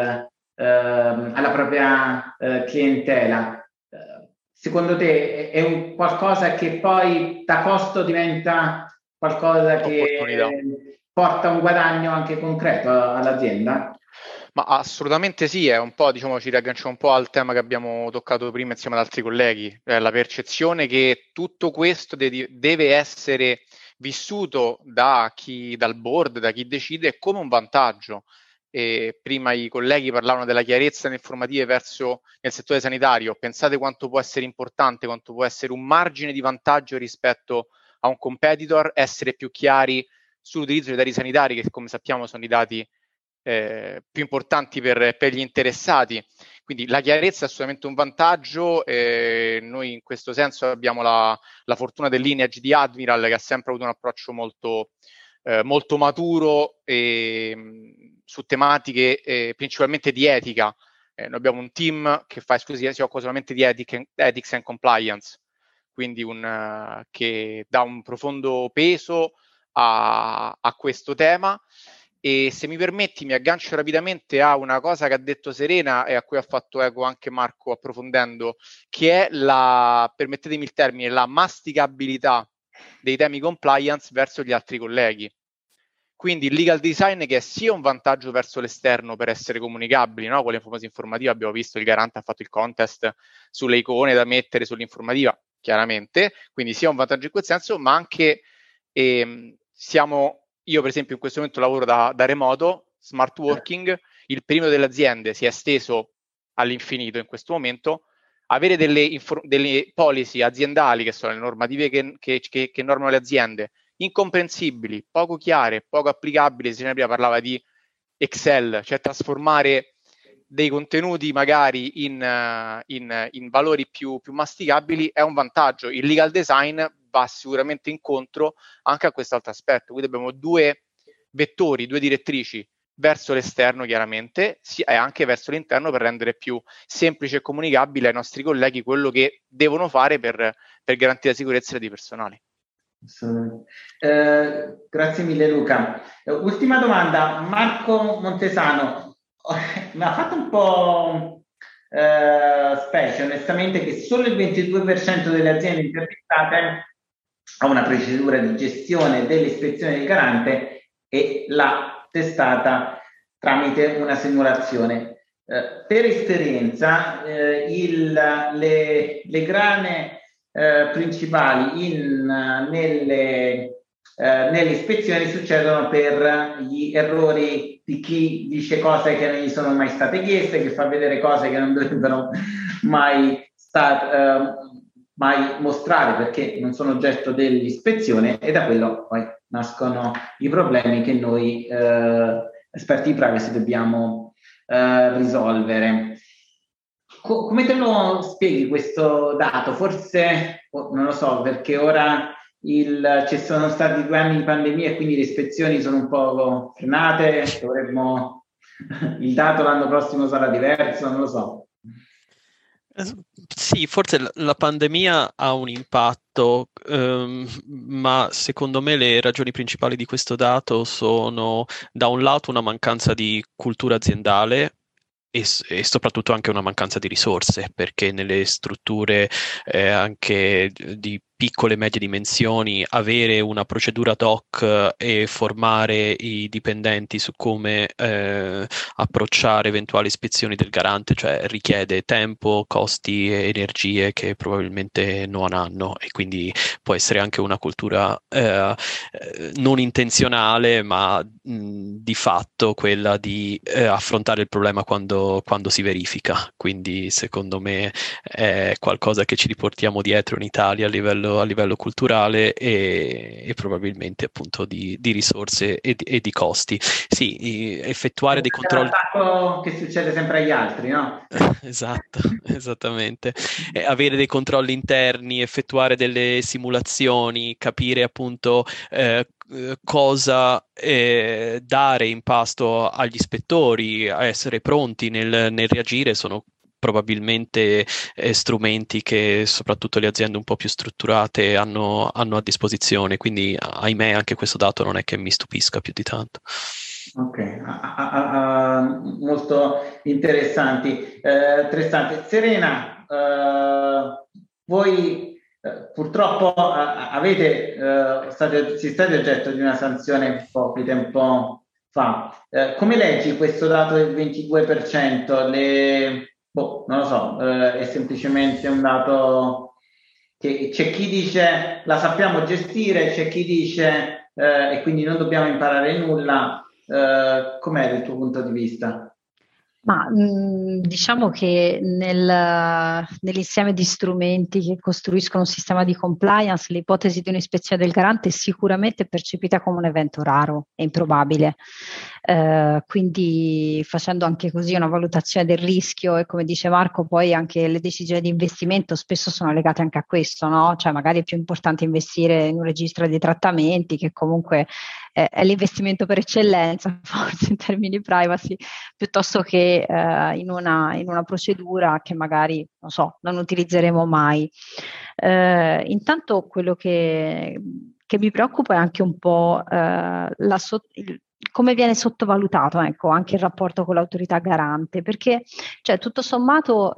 [SPEAKER 1] alla propria clientela. Secondo te è un qualcosa che poi da costo diventa qualcosa che porta un guadagno anche concreto all'azienda?
[SPEAKER 8] Ma assolutamente sì, è un po', diciamo, ci riagganciamo un po' al tema che abbiamo toccato prima insieme ad altri colleghi, la percezione che tutto questo deve essere vissuto dal board, da chi decide, come un vantaggio. E prima i colleghi parlavano della chiarezza nelle informative nel settore sanitario. Pensate quanto può essere importante, quanto può essere un margine di vantaggio rispetto a un competitor, essere più chiari sull'utilizzo dei dati sanitari, che come sappiamo sono i dati più importanti per gli interessati. Quindi la chiarezza è assolutamente un vantaggio. Noi in questo senso abbiamo la fortuna del lineage di Admiral, che ha sempre avuto un approccio molto maturo su tematiche principalmente di etica. Noi abbiamo un team che si occupa solamente di ethics and compliance, quindi che dà un profondo peso a questo tema. E se mi permetti mi aggancio rapidamente a una cosa che ha detto Serena e a cui ha fatto eco anche Marco approfondendo, che è permettetemi il termine, la masticabilità dei temi compliance verso gli altri colleghi. Quindi il legal design, che è sia un vantaggio verso l'esterno per essere comunicabili, no? Con l'informazione informativa abbiamo visto il Garante ha fatto il contest sulle icone da mettere sull'informativa, chiaramente, quindi sia un vantaggio in quel senso, ma anche io per esempio in questo momento lavoro da remoto, smart working, il perimetro delle aziende si è esteso all'infinito in questo momento. Avere delle policy aziendali, che sono le normative che normano le aziende, incomprensibili, poco chiare, poco applicabili. Se prima parlava di Excel, cioè trasformare dei contenuti magari in valori più masticabili, è un vantaggio. Il legal design va sicuramente incontro anche a quest'altro aspetto. Quindi abbiamo due vettori, due direttrici verso l'esterno chiaramente e anche verso l'interno, per rendere più semplice e comunicabile ai nostri colleghi quello che devono fare per garantire la sicurezza di personale.
[SPEAKER 1] Grazie mille Luca. Ultima domanda, Marco Montesano. Mi ha fatto un po' specie onestamente che solo il 22% delle aziende intervistate ha una procedura di gestione dell'ispezione del garante e l'ha testata tramite una simulazione. Per esperienza le grane principali nelle ispezioni succedono per gli errori di chi dice cose che non gli sono mai state chieste, che fa vedere cose che non dovrebbero mai mostrare perché non sono oggetto dell'ispezione, e da quello poi nascono i problemi che noi esperti di privacy dobbiamo risolvere. Come te lo spieghi questo dato? Forse, non lo so, perché ora ci sono stati 2 anni di pandemia e quindi le ispezioni sono un po' frenate, il dato l'anno prossimo sarà diverso, non lo so.
[SPEAKER 4] Sì, forse la pandemia ha un impatto, ma secondo me le ragioni principali di questo dato sono, da un lato, una mancanza di cultura aziendale e soprattutto anche una mancanza di risorse, perché nelle strutture anche di piccole e medie dimensioni, avere una procedura ad hoc e formare i dipendenti su come approcciare eventuali ispezioni del garante, cioè richiede tempo, costi e energie che probabilmente non hanno, e quindi può essere anche una cultura non intenzionale, ma di fatto quella di affrontare il problema quando si verifica. Quindi secondo me è qualcosa che ci riportiamo dietro in Italia a livello culturale e probabilmente appunto di risorse e di costi. Sì, effettuare dei controlli.
[SPEAKER 1] Che succede sempre agli altri, no?
[SPEAKER 4] Esatto, esattamente. Avere dei controlli interni, effettuare delle simulazioni, capire appunto cosa dare in pasto agli ispettori, a essere pronti nel reagire, sono probabilmente strumenti che soprattutto le aziende un po' più strutturate hanno a disposizione, quindi ahimè anche questo dato non è che mi stupisca più di tanto.
[SPEAKER 1] Ok, molto interessanti. Serena, voi purtroppo siete stati oggetto di una sanzione un po' di tempo fa. Come leggi questo dato del 22%? Non lo so, è semplicemente un dato che c'è chi dice la sappiamo gestire, c'è chi dice e quindi non dobbiamo imparare nulla. Com'è il tuo punto di vista?
[SPEAKER 5] Ma diciamo che nell'insieme di strumenti che costruiscono un sistema di compliance, l'ipotesi di un'ispezione del garante è sicuramente percepita come un evento raro e improbabile. Quindi facendo anche così una valutazione del rischio, e come dice Marco, poi anche le decisioni di investimento spesso sono legate anche a questo, no? Cioè magari è più importante investire in un registro dei trattamenti, che comunque è l'investimento per eccellenza, forse in termini privacy, piuttosto che in una procedura che magari, non so, non utilizzeremo mai. Intanto quello che mi preoccupa è anche un po' come viene sottovalutato, ecco, anche il rapporto con l'autorità garante, perché cioè, tutto sommato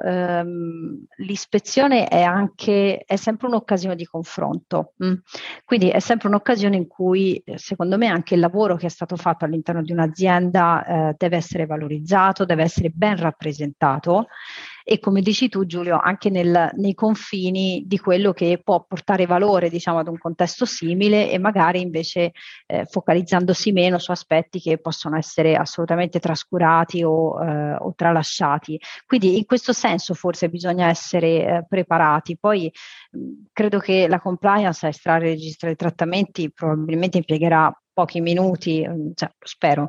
[SPEAKER 5] l'ispezione è sempre un'occasione di confronto, quindi è sempre un'occasione in cui secondo me anche il lavoro che è stato fatto all'interno di un'azienda deve essere valorizzato, deve essere ben rappresentato, e come dici tu Giulio, anche nei confini di quello che può portare valore, diciamo, ad un contesto simile, e magari invece focalizzandosi meno su aspetti che possono essere assolutamente trascurati o tralasciati. Quindi in questo senso forse bisogna essere preparati. Poi credo che la compliance a estrarre e registrare i trattamenti probabilmente impiegherà pochi minuti, cioè, spero,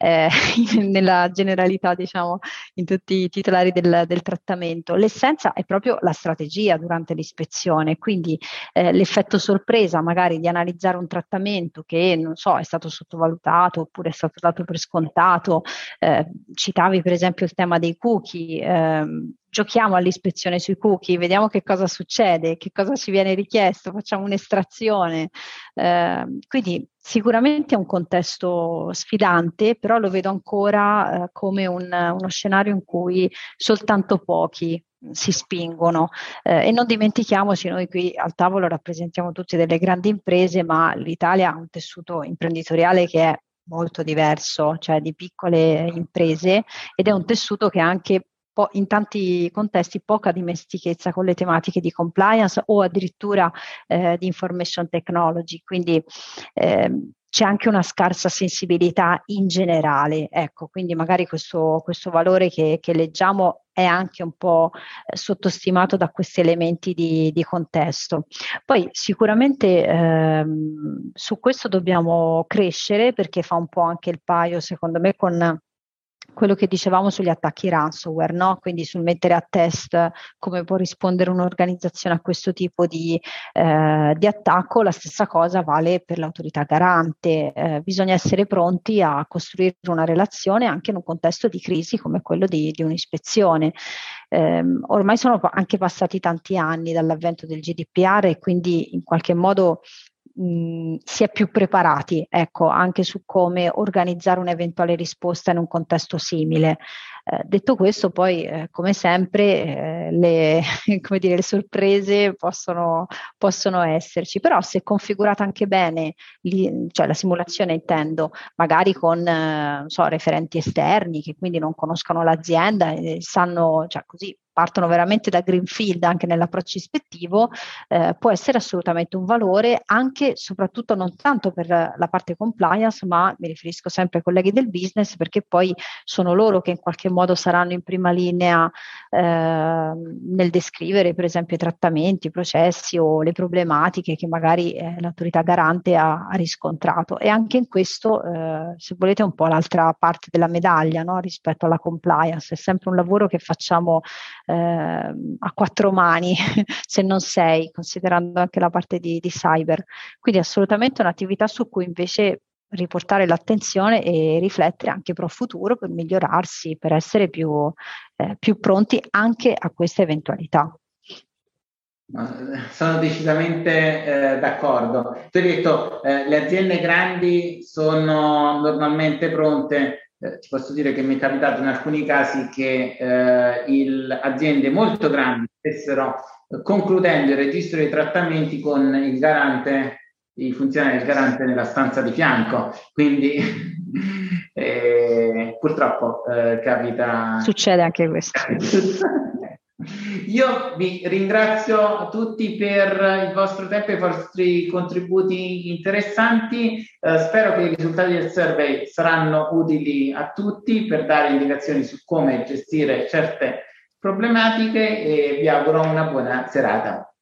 [SPEAKER 5] nella generalità, diciamo, in tutti i titolari del trattamento. L'essenza è proprio la strategia durante l'ispezione, quindi l'effetto sorpresa magari di analizzare un trattamento che, non so, è stato sottovalutato oppure è stato dato per scontato. Citavi per esempio il tema dei cookie. Giochiamo all'ispezione sui cookie, vediamo che cosa succede, che cosa ci viene richiesto, facciamo un'estrazione. Quindi sicuramente è un contesto sfidante, però lo vedo ancora come uno scenario in cui soltanto pochi si spingono. E non dimentichiamoci, noi qui al tavolo rappresentiamo tutte delle grandi imprese, ma l'Italia ha un tessuto imprenditoriale che è molto diverso, cioè di piccole imprese, ed è un tessuto che ha anche in tanti contesti poca dimestichezza con le tematiche di compliance o addirittura di information technology, quindi c'è anche una scarsa sensibilità in generale, ecco, quindi magari questo valore che leggiamo è anche un po' sottostimato da questi elementi di contesto. Poi sicuramente su questo dobbiamo crescere, perché fa un po' anche il paio, secondo me, con quello che dicevamo sugli attacchi ransomware, no? Quindi sul mettere a test come può rispondere un'organizzazione a questo tipo di attacco. La stessa cosa vale per l'autorità garante. Bisogna essere pronti a costruire una relazione anche in un contesto di crisi come quello di un'ispezione. Ormai sono anche passati tanti anni dall'avvento del GDPR, e quindi in qualche modo si è più preparati, ecco, anche su come organizzare un'eventuale risposta in un contesto simile. Detto questo, poi come sempre come dire, le sorprese possono esserci, però se configurata anche bene, cioè la simulazione intendo, magari con referenti esterni che quindi non conoscono l'azienda e sanno, cioè così partono veramente da greenfield anche nell'approccio ispettivo, può essere assolutamente un valore anche, soprattutto non tanto per la parte compliance, ma mi riferisco sempre ai colleghi del business, perché poi sono loro che in qualche modo saranno in prima linea nel descrivere per esempio i trattamenti, i processi o le problematiche che magari l'autorità garante ha riscontrato. E anche in questo, se volete, un po' l'altra parte della medaglia, no? Rispetto alla compliance, è sempre un lavoro che facciamo a 4 mani, se non 6, considerando anche la parte di cyber. Quindi assolutamente un'attività su cui invece riportare l'attenzione e riflettere anche pro futuro per migliorarsi, per essere più pronti anche a queste eventualità.
[SPEAKER 1] Sono decisamente d'accordo. Tu hai detto le aziende grandi sono normalmente pronte. Ti posso dire che mi è capitato in alcuni casi che aziende molto grandi stessero concludendo il registro dei trattamenti con il garante, i funzionari del garante nella stanza di fianco. Quindi purtroppo capita.
[SPEAKER 5] Succede anche questo.
[SPEAKER 1] Io vi ringrazio tutti per il vostro tempo e i vostri contributi interessanti. Spero che i risultati del survey saranno utili a tutti per dare indicazioni su come gestire certe problematiche e vi auguro una buona serata.